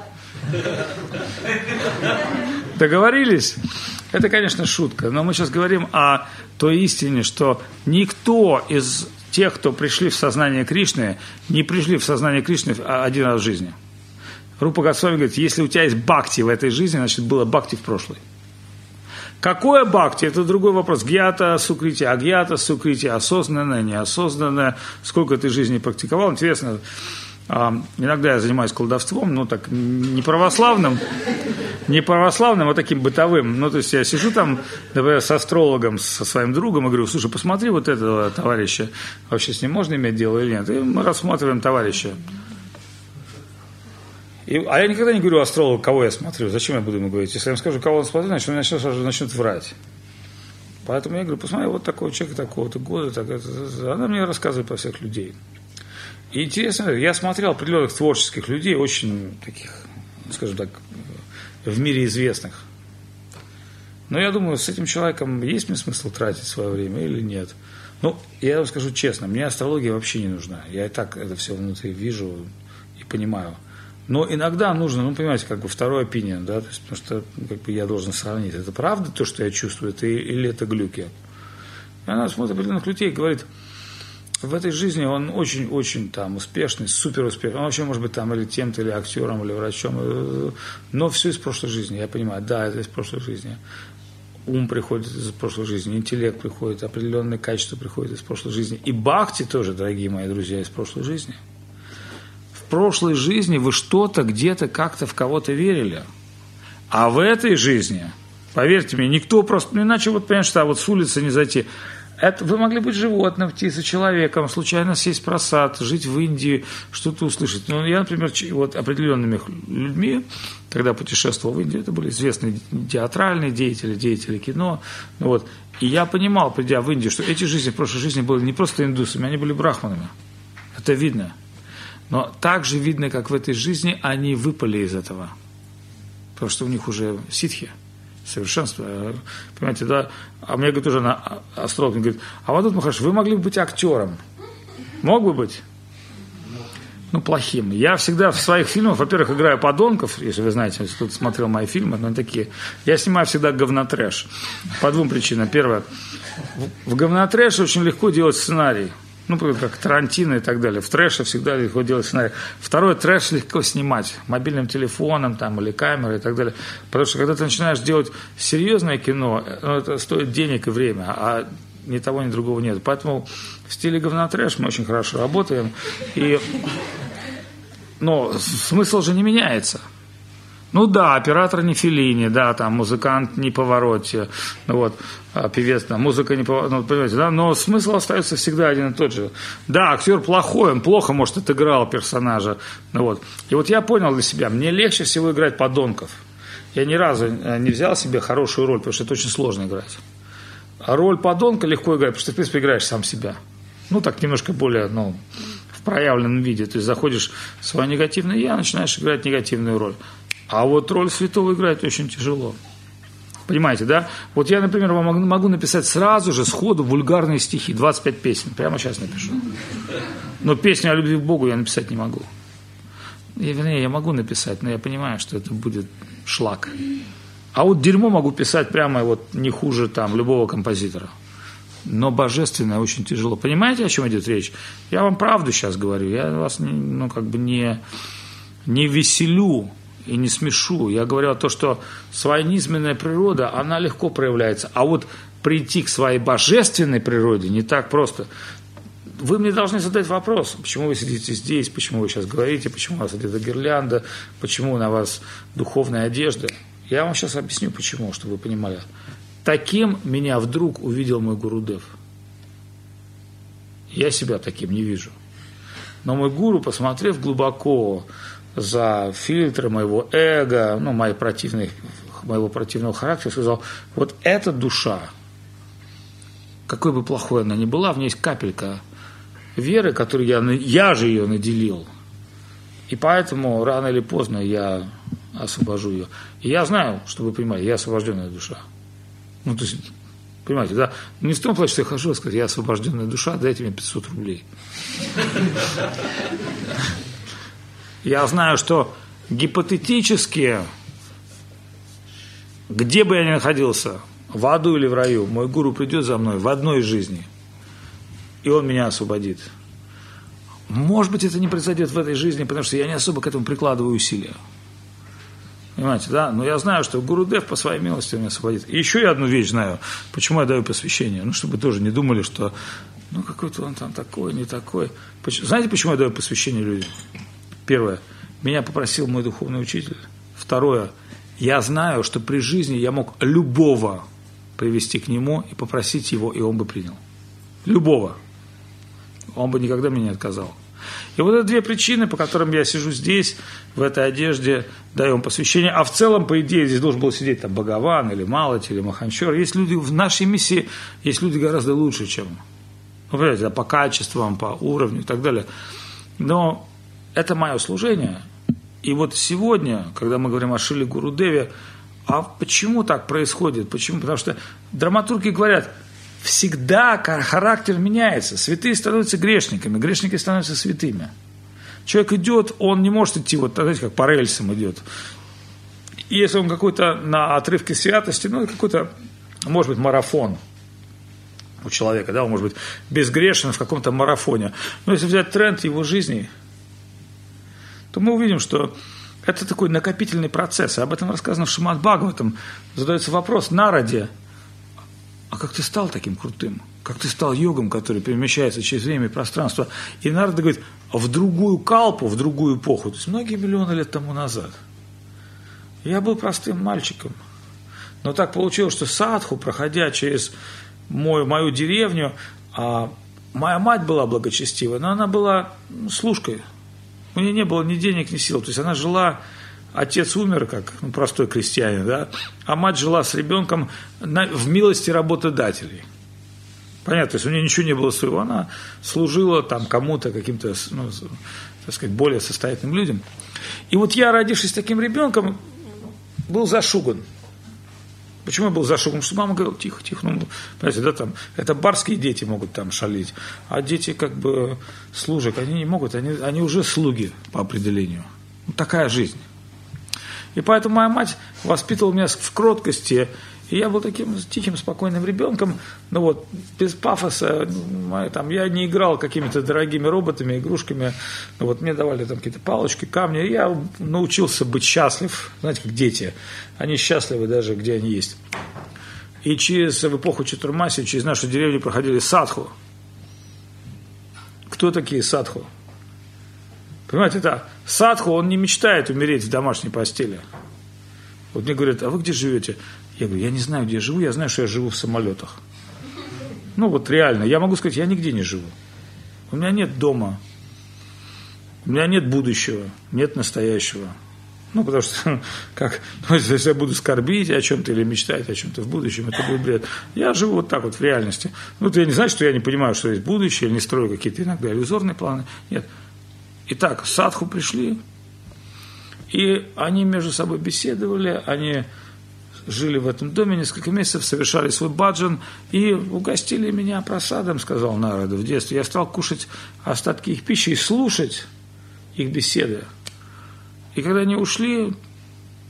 Договорились? Это, конечно, шутка. Но мы сейчас говорим о той истине, что никто из тех, кто пришли в сознание Кришны, не пришли в сознание Кришны один раз в жизни. Рупа Госвами говорит, если у тебя есть бхакти в этой жизни, значит, было бхакти в прошлой. Какое бхакти? Это другой вопрос. Гьята, сукрити, агьята, сукрити, осознанное, неосознанное. Сколько ты жизни практиковал? Интересно, иногда я занимаюсь колдовством, ну, так, не православным, не православным, а таким бытовым. Ну, то есть я сижу там, например, с астрологом, со своим другом, и говорю, слушай, посмотри вот этого товарища. Вообще с ним можно иметь дело или нет? И мы рассматриваем товарища. И, а я никогда не говорю астрологу, кого я смотрю. Зачем я буду ему говорить? Если я ему скажу, кого он смотрит, значит, он начнет, начнет врать. Поэтому я говорю, посмотри, вот такого человека, такого-то года. Так, это, она мне рассказывает про всех людей. И интересно, я смотрел определенных творческих людей, очень таких, скажем так, в мире известных. Но я думаю, с этим человеком есть мне смысл тратить свое время или нет? Ну, я вам скажу честно, мне астрология вообще не нужна. Я и так это все внутри вижу и понимаю. Но иногда нужно, ну, понимаете, как бы второй опинион, да, то есть, потому что как бы, я должен сравнить, это правда то, что я чувствую, это, или это глюки. И она смотрит определенных людей и говорит, в этой жизни он очень-очень там успешный, супер успешный, он вообще может быть там или тем-то, или актером, или врачом, но все из прошлой жизни, я понимаю, да, это из прошлой жизни. Ум приходит из прошлой жизни, интеллект приходит, определенные качества приходят из прошлой жизни. И бхакти тоже, дорогие мои друзья, из прошлой жизни. В прошлой жизни вы что-то, где-то, как-то в кого-то верили. А в этой жизни, поверьте мне, никто просто, ну иначе вот, понимаешь, что вот с улицы не зайти. Это, вы могли быть животным, птицей, человеком, случайно сесть в просад, жить в Индии, что-то услышать. Ну, я, например, вот определенными людьми, когда путешествовал в Индию, это были известные театральные деятели, деятели кино. Вот. И я понимал, придя в Индию, что эти жизни, в прошлой жизни были не просто индусами, они были брахманами. Это видно. Но также видно, как в этой жизни они выпали из этого. Потому что у них уже ситхи, совершенство. Понимаете, да? А мне говорит уже на астролог, говорит, а вот тут, Махараш, вы могли бы быть актером. Мог бы быть? Ну, плохим. Я всегда в своих фильмах, во-первых, играю подонков, если вы знаете, если кто-то смотрел мои фильмы, но такие. Я снимаю всегда говнотрэш. По двум причинам. Первое. В говнотрэше очень легко делать сценарий. Ну, как Тарантино и так далее. В трэше всегда легко делать сценарий. Второе, трэш легко снимать мобильным телефоном там, или камерой и так далее. Потому что когда ты начинаешь делать серьезное кино, ну, это стоит денег и время, а ни того, ни другого нет. Поэтому в стиле говнотрэш мы очень хорошо работаем. И... Но смысл же не меняется. Ну да, оператор не Феллини, да, там музыкант не Паваротти, ну вот, а певец, там, музыка не Паваротти, ну, понимаете, да, но смысл остается всегда один и тот же. Да, актер плохой, он плохо, может, отыграл персонажа, ну вот. И вот я понял для себя, мне легче всего играть подонков. Я ни разу не взял себе хорошую роль, потому что это очень сложно играть. А роль подонка легко играть, потому что ты, в принципе, играешь сам себя. Ну, так немножко более, ну, в проявленном виде. То есть заходишь в свое негативное «я», начинаешь играть негативную роль. А вот роль святого играть очень тяжело. Понимаете, да? Вот я, например, вам могу написать сразу же, сходу, вульгарные стихи, двадцать пять песен. Прямо сейчас напишу. Но песню о любви к Богу я написать не могу. И, вернее, я могу написать, но я понимаю, что это будет шлак. А вот дерьмо могу писать прямо вот не хуже там любого композитора. но божественное очень тяжело. Понимаете, о чем идет речь? Я вам правду сейчас говорю, я вас ну, как бы не, не веселю и не смешу. Я говорю о том, что своя низменная природа, она легко проявляется. А вот прийти к своей божественной природе не так просто. Вы мне должны задать вопрос, почему вы сидите здесь, почему вы сейчас говорите, почему у вас где-то гирлянда, почему на вас духовная одежда. Я вам сейчас объясню, почему, чтобы вы понимали. Таким меня вдруг увидел мой Гурудев. Я себя таким не вижу. Но мой гуру, посмотрев глубоко за фильтры моего эго, ну, моей противной, моего противного характера, сказал, вот эта душа, какой бы плохой она ни была, в ней есть капелька веры, которую я, я же ее наделил. И поэтому рано или поздно я освобожу ее. И я знаю, что вы понимаете, я освобожденная душа. Ну, то есть, понимаете, да? Не в том плане, что я хожу и скажу, я освобожденная душа, дайте мне пятьсот рублей. Я знаю, что гипотетически, где бы я ни находился, в аду или в раю, мой гуру придет за мной в одной жизни, и он меня освободит. Может быть, это не произойдет в этой жизни, потому что я не особо к этому прикладываю усилия. Понимаете, да? Но я знаю, что Гурудев по своей милости меня освободит. И еще я одну вещь знаю, почему я даю посвящение. Ну, чтобы тоже не думали, что ну, какой-то он там такой, не такой. Знаете, почему я даю посвящение людям? Первое. Меня попросил мой духовный учитель. Второе. Я знаю, что при жизни я мог любого привести к нему и попросить его, и он бы принял. Любого. Он бы никогда мне не отказал. И вот это две причины, по которым я сижу здесь, в этой одежде, даю вам посвящение. А в целом, по идее, здесь должен был сидеть там Бхагаван, или Малати, или Маханчор. Есть люди в нашей миссии, есть люди гораздо лучше, чем, ну, понимаете, да, по качествам, по уровню и так далее. Но это мое служение. И вот сегодня, когда мы говорим о Шриле Гурудеве, а почему так происходит? Почему? Потому что драматурги говорят, всегда характер меняется. Святые становятся грешниками, грешники становятся святыми. Человек идет, он не может идти, вот, знаете, как по рельсам идет. И если он какой-то на отрывке святости, ну, какой-то, может быть, марафон у человека, да, он может быть безгрешен в каком-то марафоне. Но если взять тренд его жизни, то мы увидим, что это такой накопительный процесс. И об этом рассказано в Шримад Бхагаватам. Задается вопрос Нараде, а как ты стал таким крутым? Как ты стал йогом, который перемещается через время и пространство? И Нарада говорит, в другую калпу, в другую эпоху, то есть многие миллионы лет тому назад, я был простым мальчиком. Но так получилось, что садху, проходя через мою, мою деревню, а моя мать была благочестивая, но она была служкой. У нее не было ни денег, ни сил. То есть она жила... Отец умер, как ну, простой крестьянин, да, а мать жила с ребенком на, в милости работодателей. Понятно, то есть у нее ничего не было своего, она служила там кому-то, каким-то, ну, так сказать, более состоятельным людям. И вот я, родившись таким ребенком, был зашуган. Почему я был зашуган? Потому что мама говорила, тихо, тихо, ну, понимаете, да, там, это барские дети могут там шалить, а дети как бы служек, они не могут, они, они уже слуги по определению. Ну, такая жизнь. И поэтому моя мать воспитывала меня в кроткости, и я был таким тихим, спокойным ребенком, ну вот, без пафоса, там, я не играл какими-то дорогими роботами, игрушками, ну вот, мне давали там какие-то палочки, камни, и я научился быть счастлив, знаете, как дети, они счастливы даже, где они есть. И через, в эпоху Чатурмаси, через нашу деревню проходили садху. Кто такие садху? Понимаете, это садху, он не мечтает умереть в домашней постели. Вот мне говорят, а вы где живете? Я говорю, я не знаю, где я живу, я знаю, что я живу в самолетах. Ну вот реально, я могу сказать, я нигде не живу. У меня нет дома, у меня нет будущего, нет настоящего. Ну, потому что, как, ну, если я буду скорбить о чем-то или мечтать о чем-то в будущем, это будет бред. Я живу вот так вот в реальности. Ну, это не значит, что я не понимаю, что есть будущее, или не строю какие-то иногда иллюзорные планы. Нет. Итак, садху пришли, и они между собой беседовали, они жили в этом доме несколько месяцев, совершали свой баджан и угостили меня просадом, сказал Нарада в детстве. Я стал кушать остатки их пищи и слушать их беседы. И когда они ушли,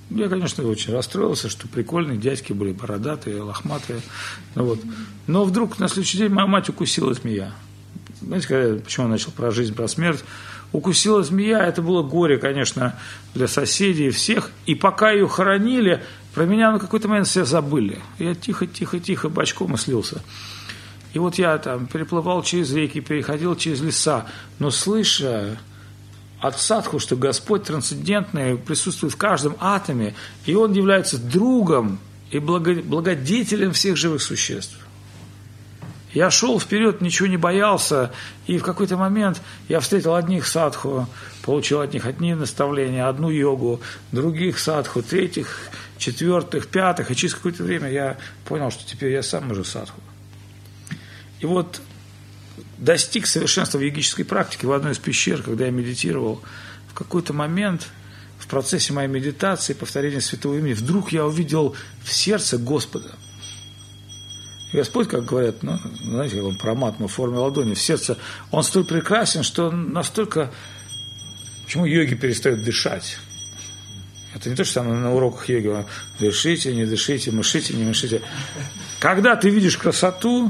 Я, конечно, очень расстроился, что прикольные дядьки были, бородатые, лохматые. Ну, вот. Но вдруг на следующий день моя мать укусила змея. Знаете, когда, почему я начал про жизнь, про смерть? Укусила змея, это было горе, конечно, для соседей, всех. И пока ее хоронили, про меня на какой-то момент все забыли. Я тихо-тихо-тихо бочком и слился. И вот я там переплывал через реки, переходил через леса, но слыша от садху, что Господь трансцендентный присутствует в каждом атоме, и Он является другом и благодетелем всех живых существ. Я шел вперед, ничего не боялся, и в какой-то момент я встретил одних садху, получил от них одни наставления, одну йогу, других садху, третьих, четвертых, пятых, и через какое-то время я понял, что теперь я сам уже садху. И вот достиг совершенства в йогической практике в одной из пещер, когда я медитировал, в какой-то момент в процессе моей медитации, повторения святого имени, вдруг я увидел в сердце Господа. И Господь, как говорят, ну, знаете, как он праматма в форме ладони, в сердце, он столь прекрасен, что он настолько... Почему йоги перестают дышать? Это не то, что там на уроках йоги, дышите, не дышите, мышите, не мышите. Когда ты видишь красоту,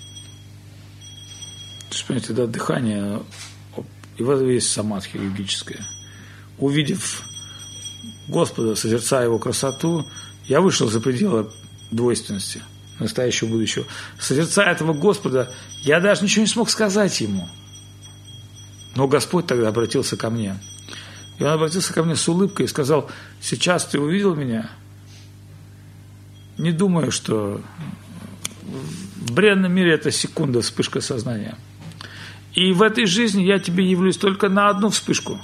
понимаете, да, дыхание, и в этом есть самадхи йогическое. Увидев Господа, созерцая Его красоту, я вышел за пределы двойственности, настоящего будущего. Созерцая этого Господа, я даже ничего не смог сказать Ему. Но Господь тогда обратился ко мне. И Он обратился ко мне с улыбкой и сказал: сейчас ты увидел меня? Не думаю, что в бренном мире это секунда, вспышка сознания. И в этой жизни я тебе явлюсь только на одну вспышку.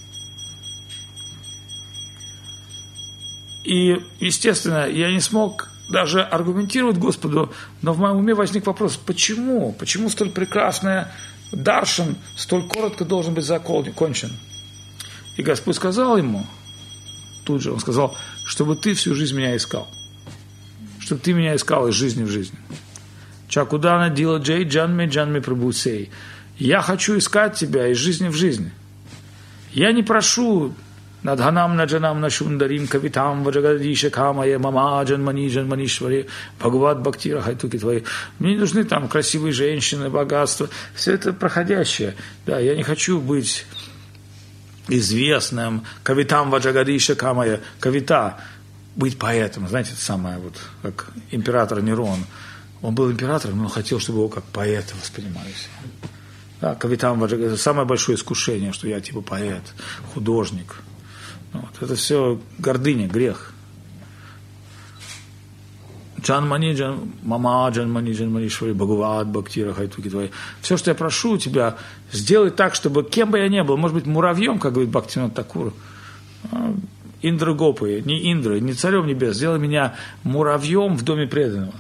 И, естественно, я не смог даже аргументировать Господу, но в моем уме возник вопрос: почему? Почему столь прекрасная даршан столь коротко должен быть закончен? И Господь сказал ему, тут же Он сказал, чтобы ты всю жизнь меня искал. Чтобы ты меня искал из жизни в жизнь. Чакудана дила джей джанме джанме прабусей. Я хочу искать тебя из жизни в жизнь. Я не прошу надханам наджанам нашундарим кавитам ваджагадиша камая мама джанмани джанманишвари бхагават бхактира хайтуки твои. Мне не нужны там красивые женщины, богатство. Все это проходящее. Да, я не хочу быть известным. Кавитам ваджагадиша камая. Кавита. Быть поэтом. Знаете, это самое, вот, как император Нерон. Он был императором, но он хотел, чтобы его как поэта воспринимали все. Да, кавитам ваджагадиша. Это самое большое искушение, что я типа поэт, художник. Вот. Это все гордыня, грех. Джанмани, джан, мама, джанмани, джанманишвари, бхагават, бхактира, хайтуки твои. Все, что я прошу у тебя, сделай так, чтобы кем бы я ни был, может быть, муравьем, как говорит Бхактивинода Такур, Индра Гопы, не Индра, не царем небес, сделай меня муравьем в доме преданного.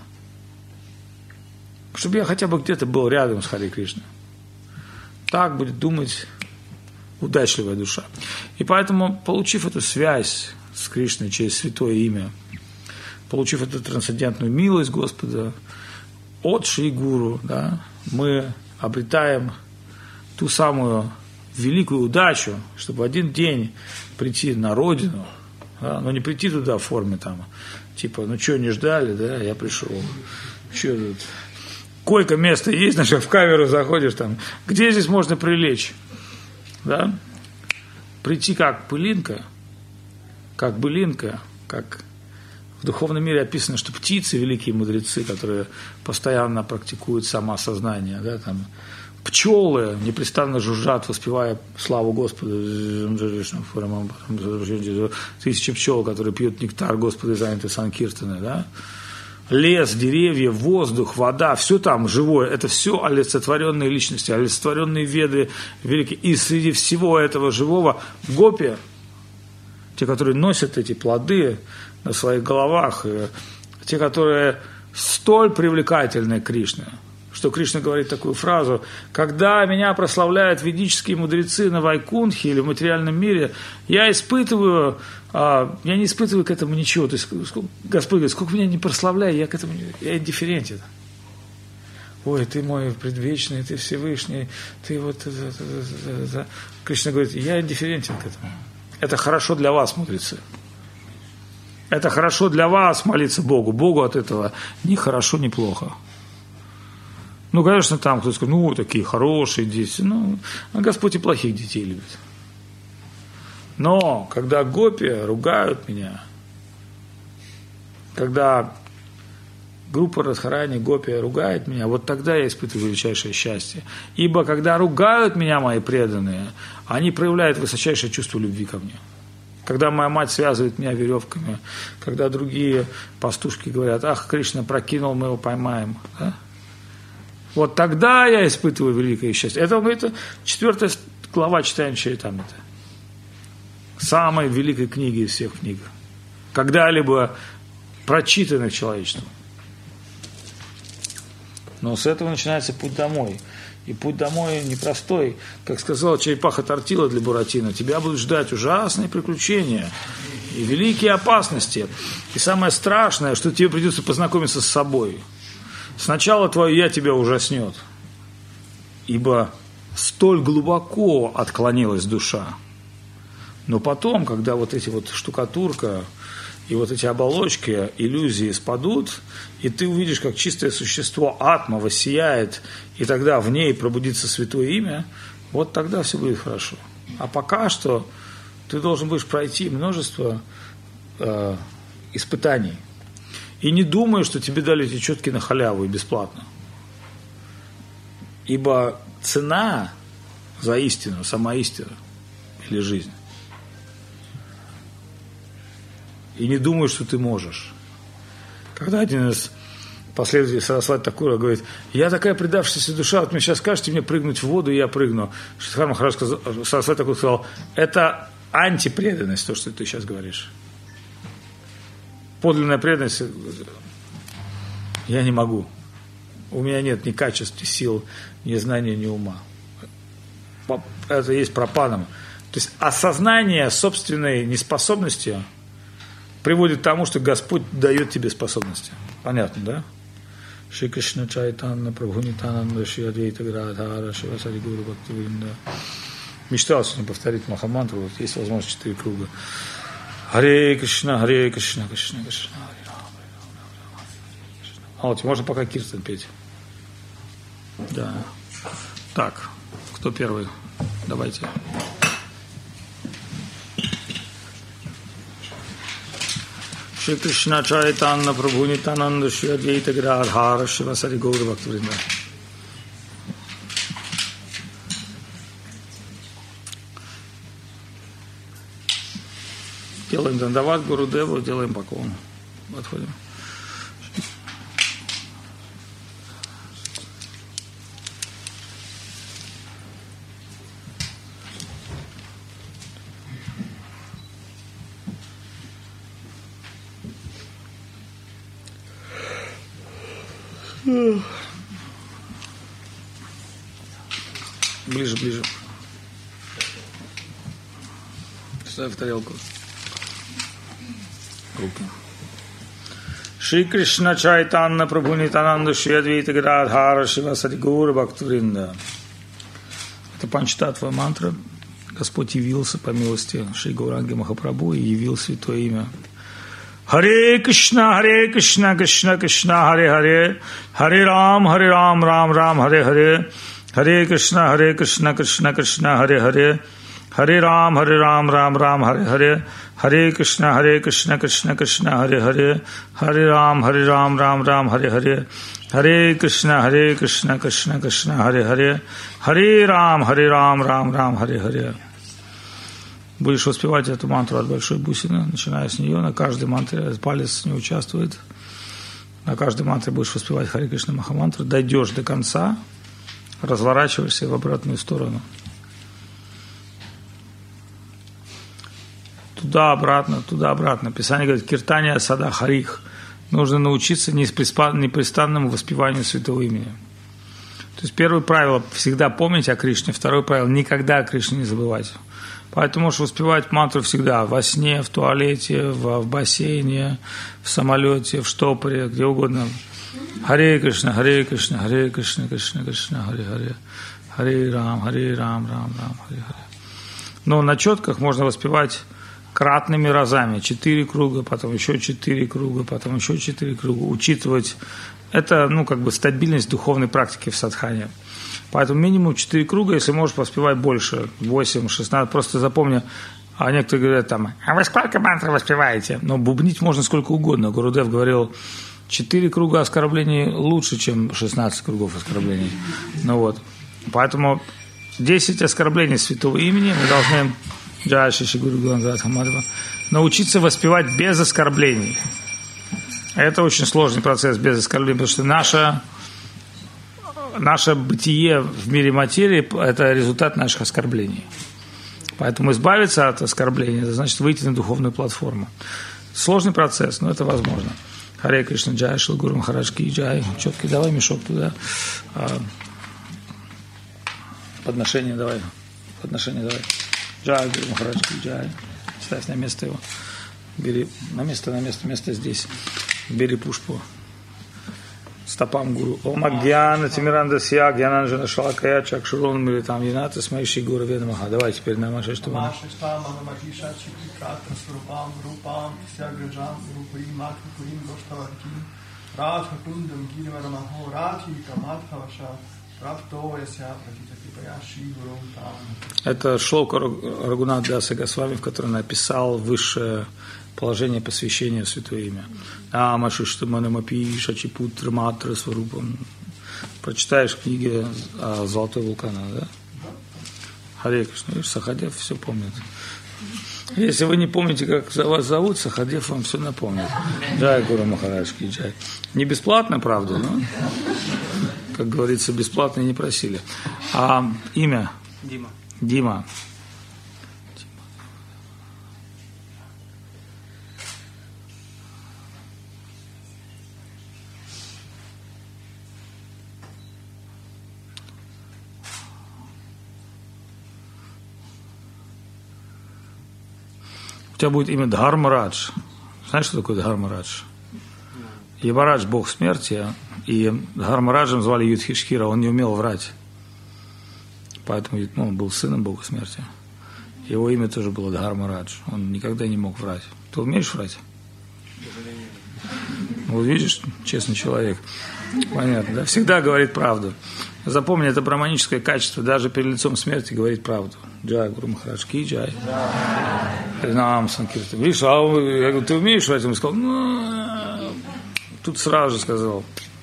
Чтобы я хотя бы где-то был рядом с Харе Кришной. Так будет думать удачливая душа. И поэтому, получив эту связь с Кришной через святое имя, получив эту трансцендентную милость Господа от Шри Гуру, да, мы обретаем ту самую великую удачу, чтобы в один день прийти на родину, да, но не прийти туда в форме там, типа, ну что, не ждали, да, я пришел, что тут, койка, место есть, значит, в камеру заходишь там, где здесь можно прилечь, да, прийти как пылинка, как былинка, как в духовном мире описано, что птицы, великие мудрецы, которые постоянно практикуют самоосознание, да, там, пчелы непрестанно жужжат, воспевая славу Господа, тысячи пчел, которые пьют нектар Господа и заняты санкиртаны, да, лес, деревья, воздух, вода, все там живое, это все олицетворенные личности, олицетворенные веды великие. И среди всего этого живого гопи, те, которые носят эти плоды на своих головах, те, которые столь привлекательны Кришне, что Кришна говорит такую фразу: когда меня прославляют ведические мудрецы на Вайкунтхе или в материальном мире, я испытываю, а, я не испытываю к этому ничего. То есть Господь говорит: сколько меня не прославляй, я к этому я индифферентен. Ой, ты мой предвечный, ты Всевышний, ты вот... Кришна говорит: я индифферентен к этому. Это хорошо для вас, мудрецы. Это хорошо для вас молиться Богу. Богу от этого ни хорошо, ни плохо. Ну, конечно, там кто-то скажет, ну, такие хорошие дети. Ну, а Господь и плохих детей любит. Но, когда гопи ругают меня, когда группа Радхарани, гопи ругает меня, вот тогда я испытываю величайшее счастье. Ибо, когда ругают меня мои преданные, они проявляют высочайшее чувство любви ко мне. Когда моя мать связывает меня веревками, когда другие пастушки говорят, ах, Кришна прокинул, мы его поймаем. Да? Вот тогда я испытываю великое счастье. Это, это четвертая глава читания Чаритамриты. Самой великой книги из всех книг. Когда-либо прочитанных человечеством. Но с этого начинается путь домой. И путь домой непростой. Как сказала черепаха Тортила для Буратино, тебя будут ждать ужасные приключения и великие опасности. И самое страшное, что тебе придется познакомиться с собой. Сначала твое «я» тебя ужаснет, ибо столь глубоко отклонилась душа. Но потом, когда вот эти вот штукатурка и вот эти оболочки, иллюзии спадут, и ты увидишь, как чистое существо атма воссияет, и тогда в ней пробудится святое имя, вот тогда все будет хорошо. А пока что ты должен будешь пройти множество э, испытаний. И не думай, что тебе дали эти четки на халяву и бесплатно. Ибо цена за истину, сама истина или жизнь. И не думай, что ты можешь. Когда один из последователей Сарасвати Такура говорит, я такая предавшаяся душа, вот мне сейчас скажете мне прыгнуть в воду, и я прыгну. Шридхар Махарадж сказал, Сарасвати Такура сказал, это антипреданность, то, что ты сейчас говоришь. Подлинная преданность, я не могу. У меня нет ни качеств, ни сил, ни знания, ни ума. Это есть пропанам. То есть осознание собственной неспособности приводит к тому, что Господь дает тебе способности. Понятно, да? Шри Кришна Чайтанна Прабху Нитянанда Шри Адвайта Гададхара Шивасади Гуру Бхактивинда. Мечтал сегодня повторить Махамантру, вот есть возможность четыре круга. Харе Кришна, Харе Кришна, Кришна Кришна, Харе Рама, Харе Рама. А вот можно пока киртан петь. Да. Так, кто первый? Давайте. Шри Кришна Чайтанна Прабху Нитянанда Шри Адвайта Гададхара Шивасади Гуру Бхактивинда. Делаем дандават Гуру Деву, делаем поклон. Отходим. Ближе, ближе. Ставь в тарелку. Руки. Шри Кришна Чайтанна Прабху Нитянанда Шри Адвайта Гададхара Шивасади Гуру Бхактивинда. Это панчтаттва мантра. Господь явился по милости Шри Гауранги Махапрабху и явил святое имя. Харе Кришна, Харе Кришна, Кришна Кришна, Харе Харе, Харе Рам, Харе Рам, Рам Рам, Харе Харе, Харе Кришна, Харе Кришна, Кришна Кришна, Харе Харе, Харе Рам, Харе Рам, Рам Рам, Харе Харе, Харе Кришна, Харе Кришна, Кришна Кришна, Харе Харе, Харе Рам, Харе Рам, Рам Рам, Харе Харе, Харе Кришна, Харе Кришна, Кришна Кришна, Харе Харе, Харе Рам, Харе Рам, Рам Рам, Харе Харе. Будешь воспевать эту мантру от большой бусины, начиная с нее, на каждой мантре палец не участвует. На каждой мантре будешь воспевать Харе Кришна Махамантру, дойдешь до конца, разворачиваешься в обратную сторону. Туда-обратно, туда-обратно. Писание говорит, киртания сада харих. Нужно научиться непрестанному воспеванию святого имени. То есть первое правило – всегда помнить о Кришне. Второе правило – никогда о Кришне не забывать. Поэтому можешь воспевать мантру всегда. Во сне, в туалете, в, в бассейне, в самолете, в штопоре, где угодно. Харе Кришна, Харе Кришна, Харе Кришна, Кришна Кришна, Харе Харе. Харе Рам, Харе Рам, Рам Рам, Харе Харе. Но на четках можно воспевать кратными разами. Четыре круга, потом еще четыре круга, потом еще четыре круга. Учитывать это, ну, как бы стабильность духовной практики в садхане. Поэтому минимум четыре круга, если можешь поспевать больше, восемь, шестнадцать. Просто запомни, а некоторые говорят там, а вы сколько мантр воспеваете? Но бубнить можно сколько угодно. Гурудев говорил, четыре круга оскорблений лучше, чем шестнадцать кругов оскорблений. Ну вот. Поэтому десять оскорблений святого имени мы должны научиться воспевать без оскорблений. Это очень сложный процесс без оскорблений, потому что наше, наше бытие в мире материи – это результат наших оскорблений. Поэтому избавиться от оскорблений – это значит выйти на духовную платформу. Сложный процесс, но это возможно. Харе Кришна Джай, Шри Гуру Махарадж Ки Джай. Четкий, давай мешок туда. Подношение давай. Подношение давай. Джай, Гуру Махарадж Ки Джай. Ставь на место его. Бери на место, на место, место здесь. Бери пушпу. Стопам гуру. Ом Агьяна Тимиранда Сия Гьянанджана Шалакая Чакшурон Милитам Яната Смайши Гуру Ведамаха. Давай теперь на Маша, что мы. Это шлока Рагунат Даса Госвами, в котором написал высшее положение посвящения в Святое Имя. А Машиштаманамапи Шачипутра Матра Сварупам. Прочитаешь книги о Золотой вулкан, да? Харе Кришна. Видишь, Сахадев все помнит. Если вы не помните, как вас зовут, Сахадев вам все напомнит. Джай Гуру Махарадж Ки Джай. Не бесплатно, правда, но, как говорится, бесплатно не просили. А имя? Дима. Дима. У тебя будет имя Дхармарадж. Знаешь, что такое Дхармарадж? Ябарадж – бог смерти, и Дхармараджем звали Юдхишхира, он не умел врать. Поэтому ну, он был сыном бога смерти. Его имя тоже было Дхармарадж. Он никогда не мог врать. Ты умеешь врать? Вот видишь, честный человек. Понятно, да? Всегда говорит правду. Запомни, это браманическое качество. Даже перед лицом смерти говорит правду. Джай Гуру Махарадж Ки Джай. Нам Санкиртан. Видишь, а я говорю, ты умеешь врать? Он сказал, ну, тут сразу же сказал.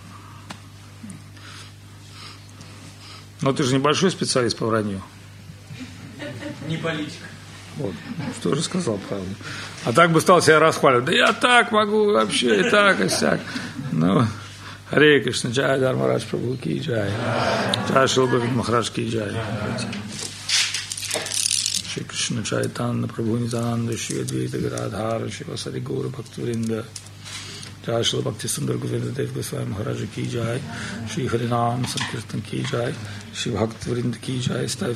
Но ты же небольшой специалист по вранью. Не политик. Вот, что же сказал правду. А так бы стал себя расхваливать. Да я так могу вообще, и так, и сяк. Ну, Харе Кришна, Джай Дхармарадж Прабху Ки Джай. Джай Шри Гуру Махарадж Ки Джай. Шри Кришна Чайтанья Прабху Нитянанда Шри Адвайта Гададхара Шри Васади Гаура Бхактавринда. Джай Шри Бхакти Сундар Говинда Дев Госвами Махараджа Ки Джай. Шри Харинам Санкиртан Ки Джай. Шри Бхактавринда Ки Джай. Ставь.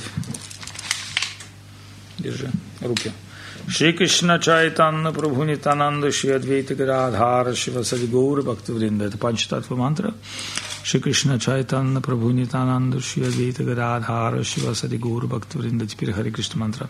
Держи руки. Шри Кришна Чайтанья Прабху Нитянанда Шри Адвайта Гададхара Шри Васади Гаура Бхактавринда. Это панчататва мантра. Шри Кришна Чайтанья Прабху Нитянанда Шри Адвайта Гададхара Шри Васади Гаура Бхактавринда. Теперь Харе Кришна мантра.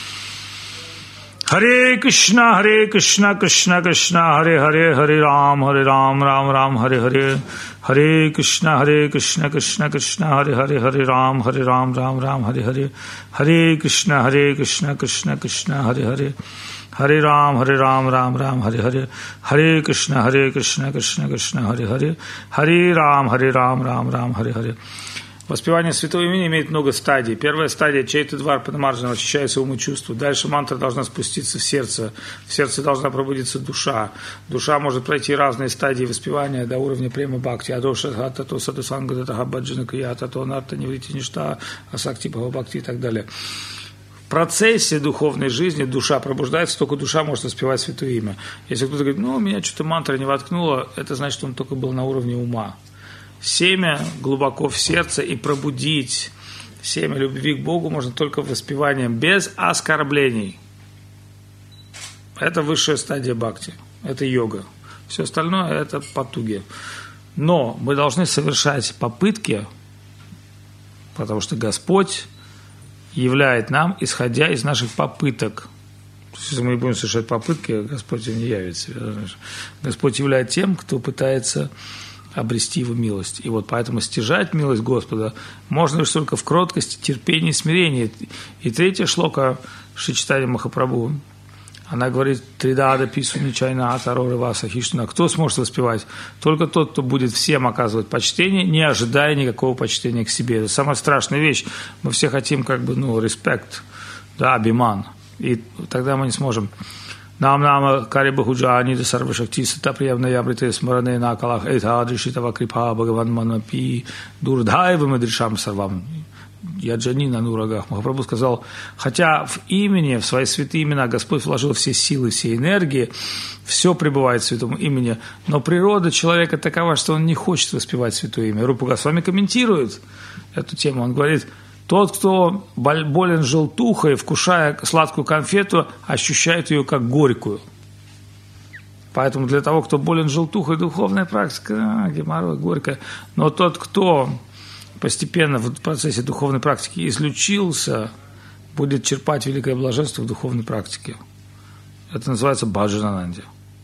Харе Кришна, Харе Кришна, Кришна Кришна, Харе Харе, Харе Рам, Харе Рам, Рам Рам, Харе Харе. Харе Кришна, Харе Кришна, Кришна Кришна, Харе Харе, Харе Рам, Харе Рам, Рам Рам, Харе Харе. Харе Кришна, Харе Кришна, Кришна Кришна, Харе Харе. Харе Рам, Харе Рам, Рам Рам, Харе Харе. Харе Кришна, Харе Кришна, Кришна Кришна, Харе Харе. Харе Рам, Харе Рам, Рам Рам, Харе Харе. Воспевание святого имени имеет много стадий. Первая стадия – Чайтадвар Падамарджана, очищается ум и чувство. Дальше мантра должна спуститься в сердце. В сердце должна пробудиться душа. Душа может пройти разные стадии воспевания до уровня према бхакти. Адоша, хатато, садусанга, датаха, баджана, крията, то, нарта, неврити, ништа, асакти, бхавабхакти и так далее. В процессе духовной жизни душа пробуждается, только душа может воспевать святое имя. Если кто-то говорит, ну, меня что-то мантра не воткнуло, это значит, что он только был на уровне ума. Семя глубоко в сердце, и пробудить семя любви к Богу можно только воспеванием, без оскорблений. Это высшая стадия бхакти, это йога. Все остальное – это потуги. Но мы должны совершать попытки, потому что Господь являет нам, исходя из наших попыток. Если мы не будем совершать попытки, Господь не явит себя. Господь являет тем, кто пытается обрести его милость. И вот поэтому стяжать милость Господа можно лишь только в кроткости, терпении, смирении. И третья шлока Шри-Чайтанья Махапрабху, она говорит: «Тридада пису ничайна атароры васа хишна». Кто сможет воспевать? Только тот, кто будет всем оказывать почтение, не ожидая никакого почтения к себе. Это самая страшная вещь. Мы все хотим как бы, ну, респект, да, абиман. И тогда мы не сможем. Нам нам кари бахуджани да сарвашакти сатаприявна ябрите смаране на калах эта адришитава крипа бхагаван манапи дурдхайва мадришам сарвам. Яджани на нурагах. Махапрабху сказал, хотя в имени, в свои святые имена Господь вложил все силы, все энергии, все пребывает в святом имени, но природа человека такова, что он не хочет воспевать святое имя. Рупа Госвами комментирует эту тему. Он говорит: тот, кто болен желтухой, вкушая сладкую конфету, ощущает ее как горькую. Поэтому для того, кто болен желтухой, духовная практика, а, геморрой, горькая. Но тот, кто постепенно в процессе духовной практики излечился, будет черпать великое блаженство в духовной практике. Это называется баджанананди.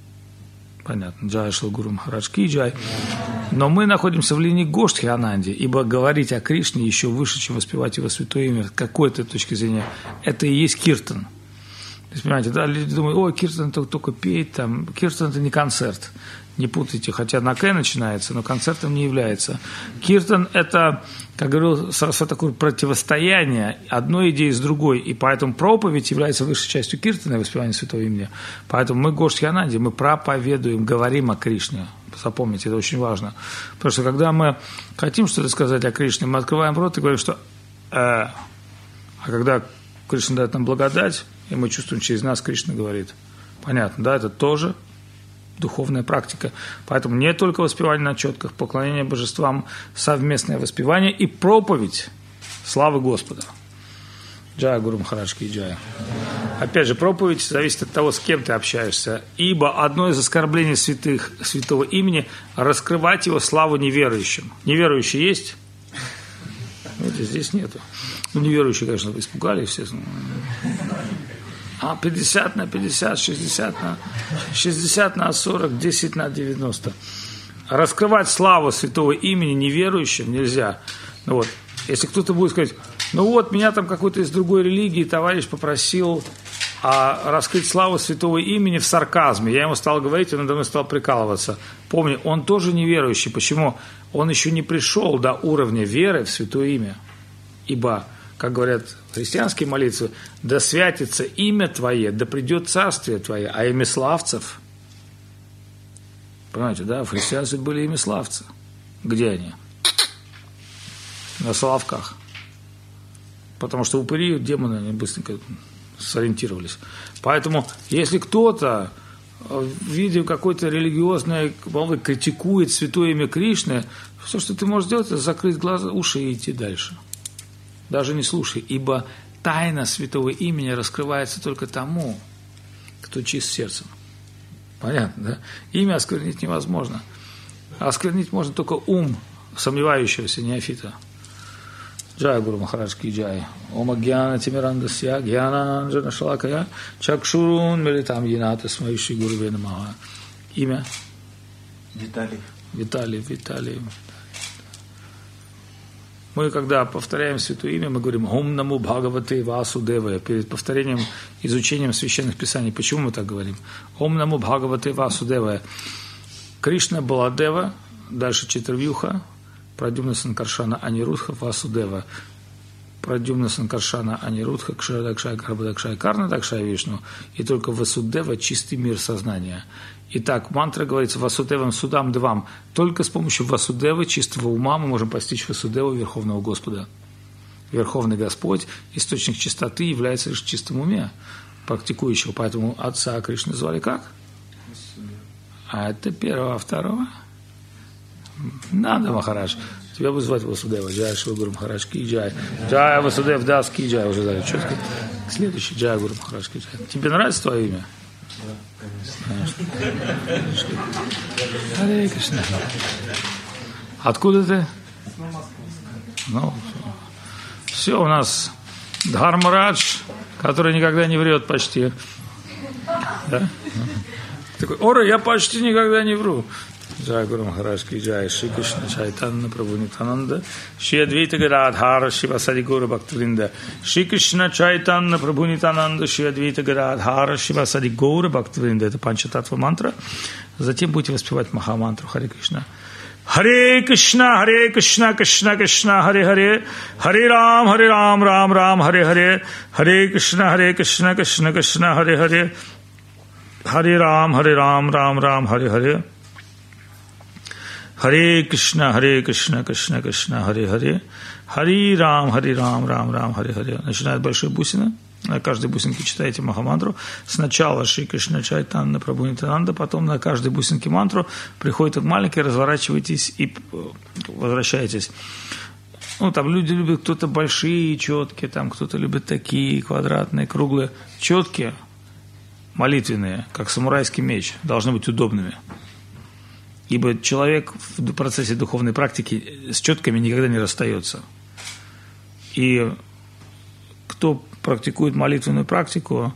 Понятно. Джай Шри Гуру Махарадж Ки Джай. Но мы находимся в линии Гоштхи Ананди, ибо говорить о Кришне еще выше, чем воспевать его святое имя, с какой-то точки зрения, это и есть киртан. То есть, понимаете, да, люди думают: ой, киртан только, только петь, там, киртан это не концерт. Не путайте, хотя на К начинается, но концертом не является. Киртан – это, как говорил Сарасвати Такур, противостояние одной идеи с другой, и поэтому проповедь является высшей частью киртана и воспевания святого имени. Поэтому мы Гоштхи Ананди, мы проповедуем, говорим о Кришне. Запомните, это очень важно. Потому что когда мы хотим что-то сказать о Кришне, мы открываем рот и говорим, что э, а когда Кришна дает нам благодать, и мы чувствуем, через нас Кришна говорит. Понятно, да, это тоже духовная практика. Поэтому не только воспевание на четках, поклонение божествам, совместное воспевание и проповедь славы Господа. Джая Гуру Махарадж Ки Джай. Опять же, проповедь зависит от того, с кем ты общаешься. Ибо одно из оскорблений святых, святого имени – раскрывать его славу неверующим. Неверующие есть? Вот здесь нету. Ну, неверующие, конечно, испугались все. А пятьдесят на пятьдесят, шестьдесят на шестьдесят на сорок, десять на девяносто. Раскрывать славу святого имени неверующим нельзя. Ну вот, если кто-то будет сказать: ну вот, меня там какой-то из другой религии товарищ попросил а, раскрыть славу святого имени в сарказме. Я ему стал говорить, он надо мной стал прикалываться. Помни, он тоже неверующий. Почему? Он еще не пришел до уровня веры в святое имя. Ибо, как говорят христианские молитвы, да святится имя Твое, да придет царствие Твое, а имяславцев, понимаете, да, в христианстве были имяславцы. Где они? На Соловках. Потому что упыри, демоны, они быстренько сориентировались. Поэтому, если кто-то в виде какой-то религиозной молвы критикует святое имя Кришны, все, что ты можешь сделать, это закрыть глаза, уши и идти дальше. Даже не слушай, ибо тайна святого имени раскрывается только тому, кто чист сердцем. Понятно, да? Имя осквернить невозможно. А осквернить можно только ум сомневающегося неофита. Джай Гуру Махарадж Ки Джай. Ома гьяна тимирандасья, гьяна анджана шалакая, чакшурун милитам йената смающий гуру венамага. Имя? Виталий. Виталий, Виталий. Мы, когда повторяем святое имя, мы говорим «Ом наму Бхагавате Васудевая» перед повторением, изучением священных писаний. Почему мы так говорим? «Ом наму Бхагавате Васудевая». Кришна Баладева, дальше Читравьюха, Прадюмна Санкаршана Анирудха Васудева. Прадюмна Санкаршана Анирудха Кшарадакшай Карбадакшай Карнадакшай Вишну. И только Васудева – чистый мир сознания. Итак, мантра говорится «Васудевам судам девам». Только с помощью Васудевы, чистого ума, мы можем постичь Васудеву, Верховного Господа. Верховный Господь, источник чистоты, является лишь в чистом уме практикующего. Поэтому отца Кришны звали как? А это первого, а второго? Надо, Махарадж. Тебя будут звать Васудева. Джай Шри Гуру Махарадж Ки Джай. Джай Васудев Дас Ки Джай. Уже дали четко. Следующий. Джай Гуру Махарадж Ки Джай. Тебе нравится твое имя? Харе Кришна. Откуда ты? Ну, все, у нас Дхармарадж, который никогда не врет почти. Да? Такой, ора, я почти никогда не вру. Джай Гуру Махарадж ки джай, Шри Кришна Чайтанья Прабху Нитьянанда, Шри Адвайта Гададхара Шивасади Гора Бхактавринда, Шри Кришна Чайтанья Прабху Нитьянанда, Шри Адвайта Гададхара Шивасади Гора Бхактавринда. Это панчататтва мантра. Затем будете воспевать Махамантру Харе Кришна. Харе Кришна, Харе Кришна, Кришна Кришна, Харе Харе, Харе Рам, Харе Рам, Рам Рам, Харе Харе, Харе Кришна, Харе Кришна, Кришна Кришна, Харе Харе, Харе Рам, Харе Рам, Рам Рам, Харе Харе. Харе Кришна, Харе Кришна, Кришна Кришна, Харе Харе, Харе Рам, Харе Рам, Рам Рам, Харе Харе. Начинает большой бусины. На каждой бусинке читаете Махамантру. Сначала Шри Кришна Чайтанья Прабху Нитьянанда, потом на каждой бусинке мантру приходит маленький, разворачиваетесь и возвращаетесь. Ну, там люди любят, кто-то большие, четкие, там кто-то любит такие, квадратные, круглые. Четкие, молитвенные, как самурайский меч, должны быть удобными. Ибо человек в процессе духовной практики с четками никогда не расстается. И кто практикует молитвенную практику,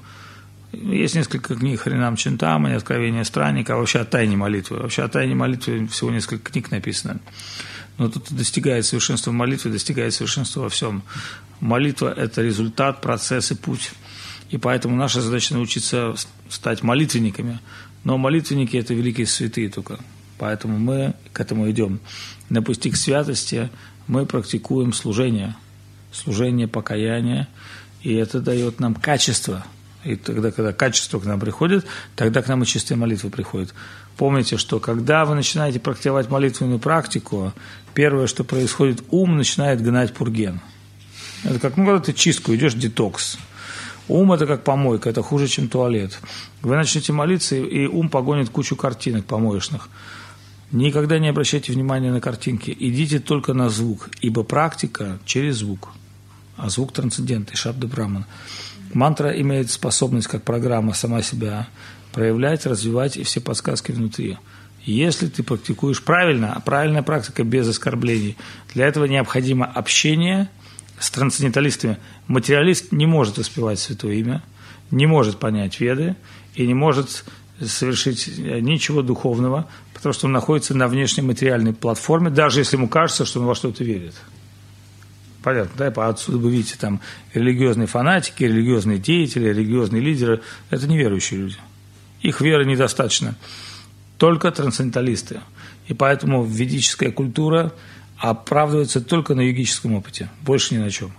есть несколько книг Харинам Чинтамани, Откровение странника, а вообще о тайне молитвы. Вообще о тайне молитвы всего несколько книг написано. Но тут достигает совершенства молитвы, достигает совершенства во всем. Молитва – это результат, процесс и путь. И поэтому наша задача научиться стать молитвенниками. Но молитвенники – это великие святые только. Поэтому мы к этому идем. На пути к святости мы практикуем служение. Служение, покаяние. И это дает нам качество. И тогда, когда качество к нам приходит, тогда к нам и чистая молитва приходит. Помните, что когда вы начинаете практиковать молитвенную практику, первое, что происходит, ум начинает гнать пурген. Это как, ну, когда ты чистку идешь, детокс. Ум – это как помойка, это хуже, чем туалет. Вы начнете молиться, и ум погонит кучу картинок помоечных. Никогда не обращайте внимания на картинки. Идите только на звук, ибо практика через звук. А звук трансцендентный, шабда браман. Мантра имеет способность, как программа, сама себя проявлять, развивать и все подсказки внутри. Если ты практикуешь правильно, а правильная практика без оскорблений, для этого необходимо общение с трансценденталистами. Материалист не может воспевать святое имя, не может понять веды и не может совершить ничего духовного, потому что он находится на внешней материальной платформе, даже если ему кажется, что он во что-то верит. Понятно, да? Отсюда вы видите, там религиозные фанатики, религиозные деятели, религиозные лидеры – это неверующие люди. Их веры недостаточно. Только трансценденталисты. И поэтому ведическая культура оправдывается только на йогическом опыте, больше ни на чем.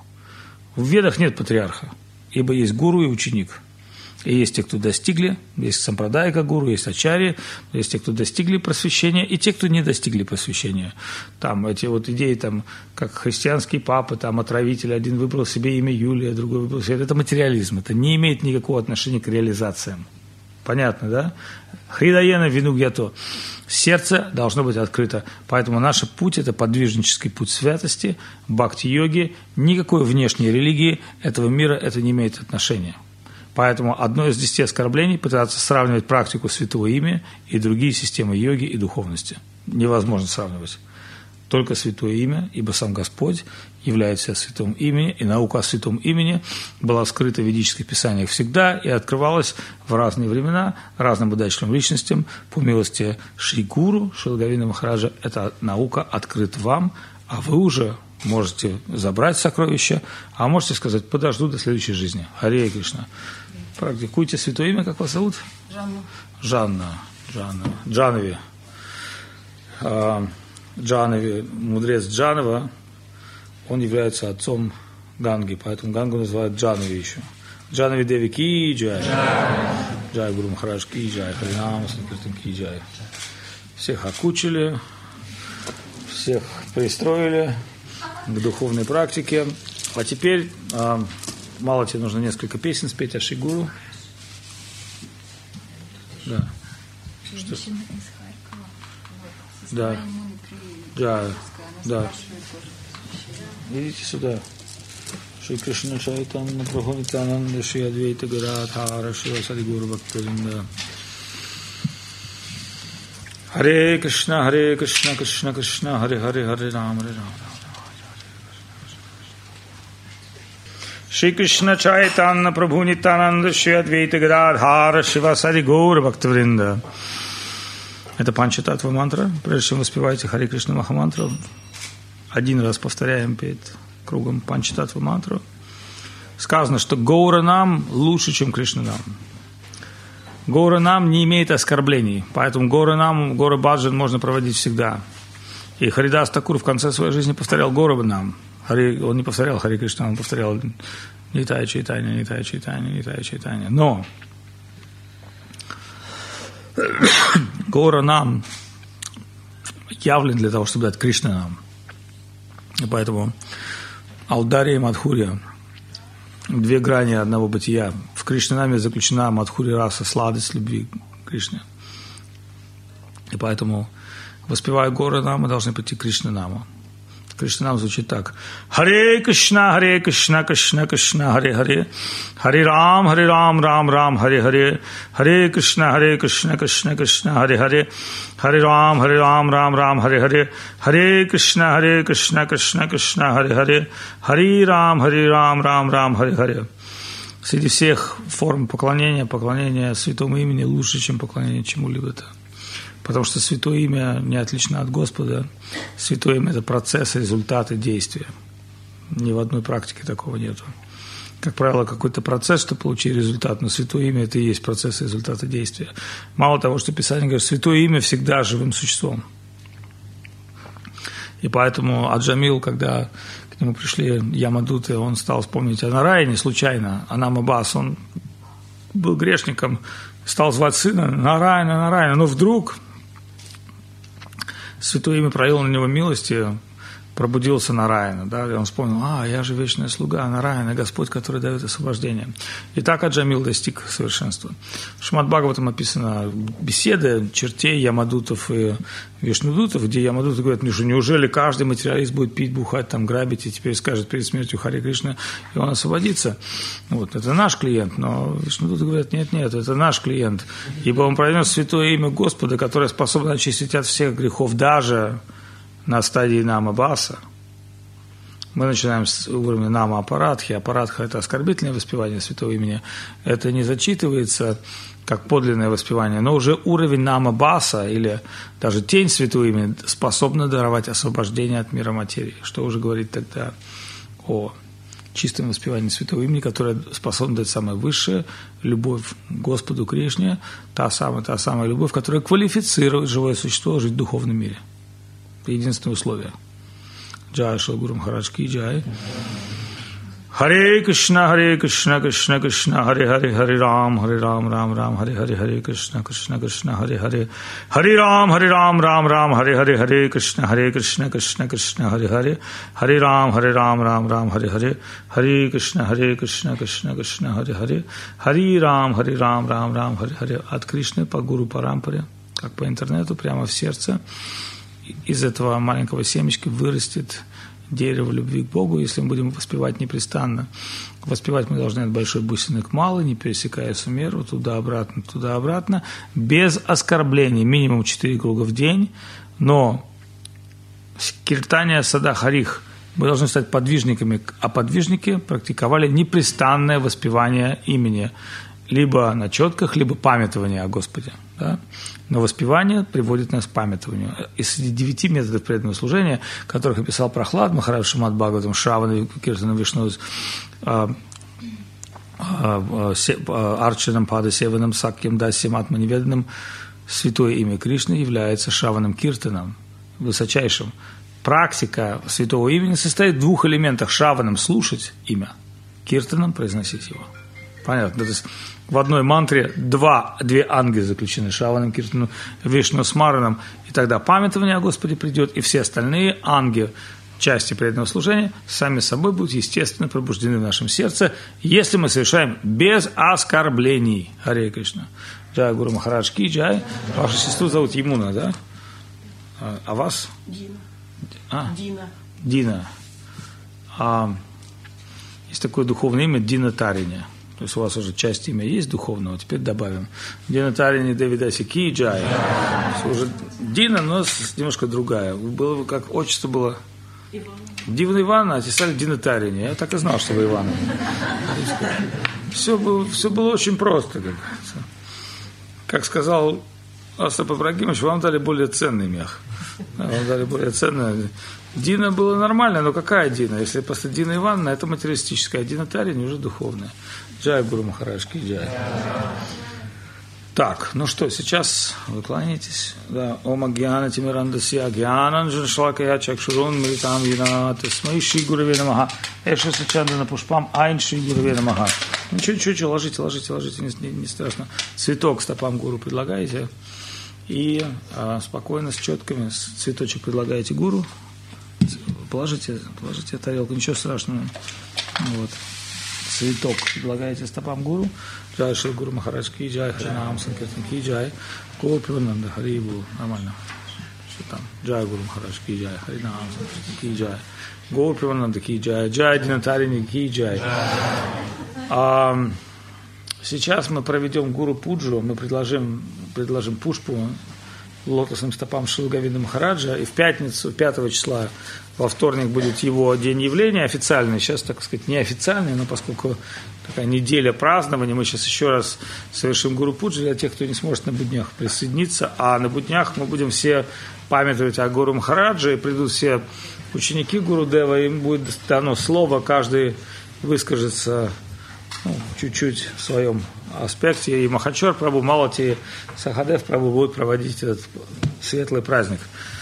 В ведах нет патриарха, ибо есть гуру и ученик. И есть те, кто достигли, есть сампрадайка гуру, есть ачарьи, есть те, кто достигли просвещения, и те, кто не достигли просвещения. Там эти вот идеи, там, как христианский папа, там отравитель, один выбрал себе имя Юлия, другой выбрал себе. Это материализм, это не имеет никакого отношения к реализациям. Понятно, да? Хридаяна винугьято. Сердце должно быть открыто. Поэтому наш путь – это подвижнический путь святости, бхакти-йоги. Никакой внешней религии этого мира это не имеет отношения. Поэтому одно из десяти оскорблений – пытаться сравнивать практику святого имя и другие системы йоги и духовности. Невозможно сравнивать. Только святое имя, ибо сам Господь является святым именем, и наука о святом имени была скрыта в ведических писаниях всегда и открывалась в разные времена разным удачливым личностям. По милости Шри Гуру, Шри Говинда Махараджа, эта наука открыта вам, а вы уже можете забрать сокровища, а можете сказать: подожду до следующей жизни. Харе Кришна. Практикуйте святое имя. Как вас зовут? Жанна. Жанна. Жанна. Джанови. Джанови, мудрец Джанова, он является отцом Ганги, поэтому Гангу называют Джанови еще. Джанови Деви ки джай. Джай Гуру Махарадж ки джай. Харинам Санкиртан ки джай. Всех окучили, всех пристроили к духовной практике. А теперь э, мало тебе нужно несколько песен спеть о Шри Гуру. Да. Что? Да. Да, да. Идите сюда. Шри Кришна Чайтанья Прабху Нитьянанда, Шри Адвайта Гададхара, Шри Васади Гора Бхактавринда. Харе Кришна, Харе Кришна, Кришна Кришна, Харе Харе, Харе Рама, Харе Рама. Шри Кришна Чайтанья Прабху Нитянанда Шри Адвайта Гададхара Шивасади Гаура Бхактавринда. Это Панчататтва мантра. Прежде чем вы спеваете Харе Кришна Махамантру, один раз повторяем перед кругом Панчататтва мантру. Сказано, что Гаура нам лучше, чем Кришна нам. Гаура нам не имеет оскорблений, поэтому Гаура нам, Гаура Баджан можно проводить всегда. И Харидас Такур в конце своей жизни повторял Гаура нам. Хари, он не повторял Харе Кришна, он повторял Нитая Чайтанья, Нитая Чайтанья, Нитая Чайтанья. Но Гаура нам явлен для того, чтобы дать Кришна нам. И поэтому Аударья и Мадхурья, две грани одного бытия. В Кришнанаме заключена Мадхурья раса, сладость любви к Кришне. И поэтому, воспевая Гаура нам, мы должны прийти к Кришнанаму. Кришнанам звучит так. Харе Кришна, Харе Кришна, Кришна Кришна, Харе Харе. Харе Рам, Харе Рам, Рам Рам, Харе Харе. Харе Кришна, Харе Кришна, Кришна Кришна, Харе Харе. Харе Рам, Харе Рам, Рам Рам, Харе Харе. Харе Кришна, Харе Кришна, Кришна Кришна, Харе Харе. Харе Рам, Харе Рам, Рам Рам, Харе Харе. Среди всех форм поклонения, поклонение святому имени лучше, чем поклонение чему-либо-то. Потому что святое имя не отлично от Господа. Святое имя – это процесс, результаты действия. Ни в одной практике такого нету. Как правило, какой-то процесс, чтобы получить результат, но святое имя – это и есть процесс, результаты действия. Мало того, что Писание говорит, святое имя всегда живым существом. И поэтому Аджамил, когда к нему пришли Ямадуты, он стал вспомнить о Нараяне случайно, о Намабас, он был грешником, стал звать сына Нараяна, Нараяна, но вдруг святое имя проявило на него милости, пробудился Нараяна, да, и он вспомнил, а, я же вечная слуга Нараяна, Господь, который дает освобождение. И так Аджамил достиг совершенства. В Шримад Бхагаватам описана беседа чертей, Ямадутов и Вишнудутов, где Ямадуты говорят, ну что, неужели каждый материалист будет пить, бухать, там, грабить, и теперь скажет перед смертью Харе Кришна, и он освободится. Вот, это наш клиент, но Вишнудуты говорят, нет, нет, это наш клиент, ибо он произнес святое имя Господа, которое способно очистить от всех грехов, даже на стадии Нама-Баса. Мы начинаем с уровня Нама-Апарадхи. Апарадха – это оскорбительное воспевание святого имени. Это не зачитывается как подлинное воспевание, но уже уровень Нама-Баса или даже тень святого имени способна даровать освобождение от мира материи, что уже говорит тогда о чистом воспевании святого имени, которое способно дать самое высшее – любовь к Господу Кришне, та самая, та самая любовь, которая квалифицирует живое существо жить в духовном мире. Единственное условие. Джай Шри Гуру Махарадж ки джай. Харе Кришна, Харе Кришна, Кришна Кришна, Харе Харе, Харе Рам, Харе Рам, Рам Рам, Харе Харе, Харе Кришна, Кришна Кришна, Харе Харе. Харе Рам, Харе Рам, Рам Рам, Харе Харе, Харе Кришна, Харе Кришна, Кришна Кришна, Харе Харе. Харе Рам, Харе Рам, Рам Рам, Харе Харе. Харе Кришна, Харе Кришна, Кришна Кришна, Харе Харе. Харе Рам, Харе Рам, Рам Рам, Харе Харе. От Кришны по Гуру Парампаре, как по интернету, прямо в сердце. Из этого маленького семечки вырастет дерево любви к Богу, если мы будем воспевать непрестанно. Воспевать мы должны от большой бусины к малой, не пересекая сумеру, туда-обратно, туда-обратно, без оскорблений, минимум четыре круга в день, но киртания сада харих, мы должны стать подвижниками, а подвижники практиковали непрестанное воспевание имени, либо на четках, либо памятование о Господе. Да? Но воспевание приводит нас к памятованию. Из девяти методов преданного служения, которых описал Прахлад Махарадж Шримад Бхагаватам, Шравана, Киртана, Вишну, Арчанам, Пада, Севанам, Сакьям, Дасьям, Атманиведанам, святое имя Кришны является Шраванам Киртаном, высочайшим. Практика святого имени состоит в двух элементах. Шраванам – слушать имя, Киртаном – произносить его. Понятно. То есть в одной мантре два, две анги заключены, Шраванам, Киртаном, Вишну, Смараном, и тогда памятование о Господе придет, и все остальные анги, части преданного служения, сами собой будут естественно пробуждены в нашем сердце, если мы совершаем без оскорблений. Харе Кришна. Джай Гуру Махарадж ки джай. Вашу сестру зовут Ямуна, да? А, а вас? Дина. А? Дина. Дина. А, есть такое духовное имя Дина Тариня. То есть у вас уже часть имя есть духовного, теперь добавим. Дина Тариня Девидаси ки джай. Уже Дина, но немножко другая. Было как отчество было Дивна Ивана, а стали Дина Тарини. Я так и знал, что вы Ивана. Все было, все было очень просто. Как, как сказал Остап Ибрагимович, вам дали более ценный мех. Вам дали более ценный. Дина было нормально, но какая Дина? Если просто Дина Ивановна, это материалистическая, а Дина Тарини уже духовная. Джай Гуру Махарадж ки джай. Так, ну что, сейчас вы кланяетесь. Да, Ома Гьяна Тимирандасия Гьянан Джаншлакая Чакшурун Мритам Вина Тесмай Ши Гураве Намаха Эша Сачандана Пушпам Айн Ши Гураве Намаха. Ничего, ничего, ничего, ложите, ложите, ложите, не, не, не страшно. Цветок стопам гуру предлагаете. И а, спокойно, с четками, цветочек предлагаете гуру. Положите, положите тарелку, ничего страшного. Вот. Цветок предлагаете стопам гуру. Джай Шри Гуру Махарадж ки джай, Харинам Санкиртан ки джай, Гопивананда Харибу. Нормально. Что там? Джай Гуру Махарадж ки джай, Харинам Санкиртан ки джай, Гопивананда ки джай, Джай Дина Тарини ки джай. А, сейчас мы проведем гуру пуджу, мы предложим, предложим пушпу лотосным стопам Шри Говинда Махараджа, и в пятницу, пятого числа, во вторник будет его день явления официальный, сейчас, так сказать, неофициальный, но поскольку такая неделя празднования, мы сейчас еще раз совершим гуру пуджу для тех, кто не сможет на буднях присоединиться, а на буднях мы будем все памятовать о Гуру Махараджа, и придут все ученики Гуру Дева, им будет дано слово, каждый выскажется ну, чуть-чуть в своем аспекте, и Махачор Прабху, Малати, Сахадев Прабху будут проводить этот светлый праздник.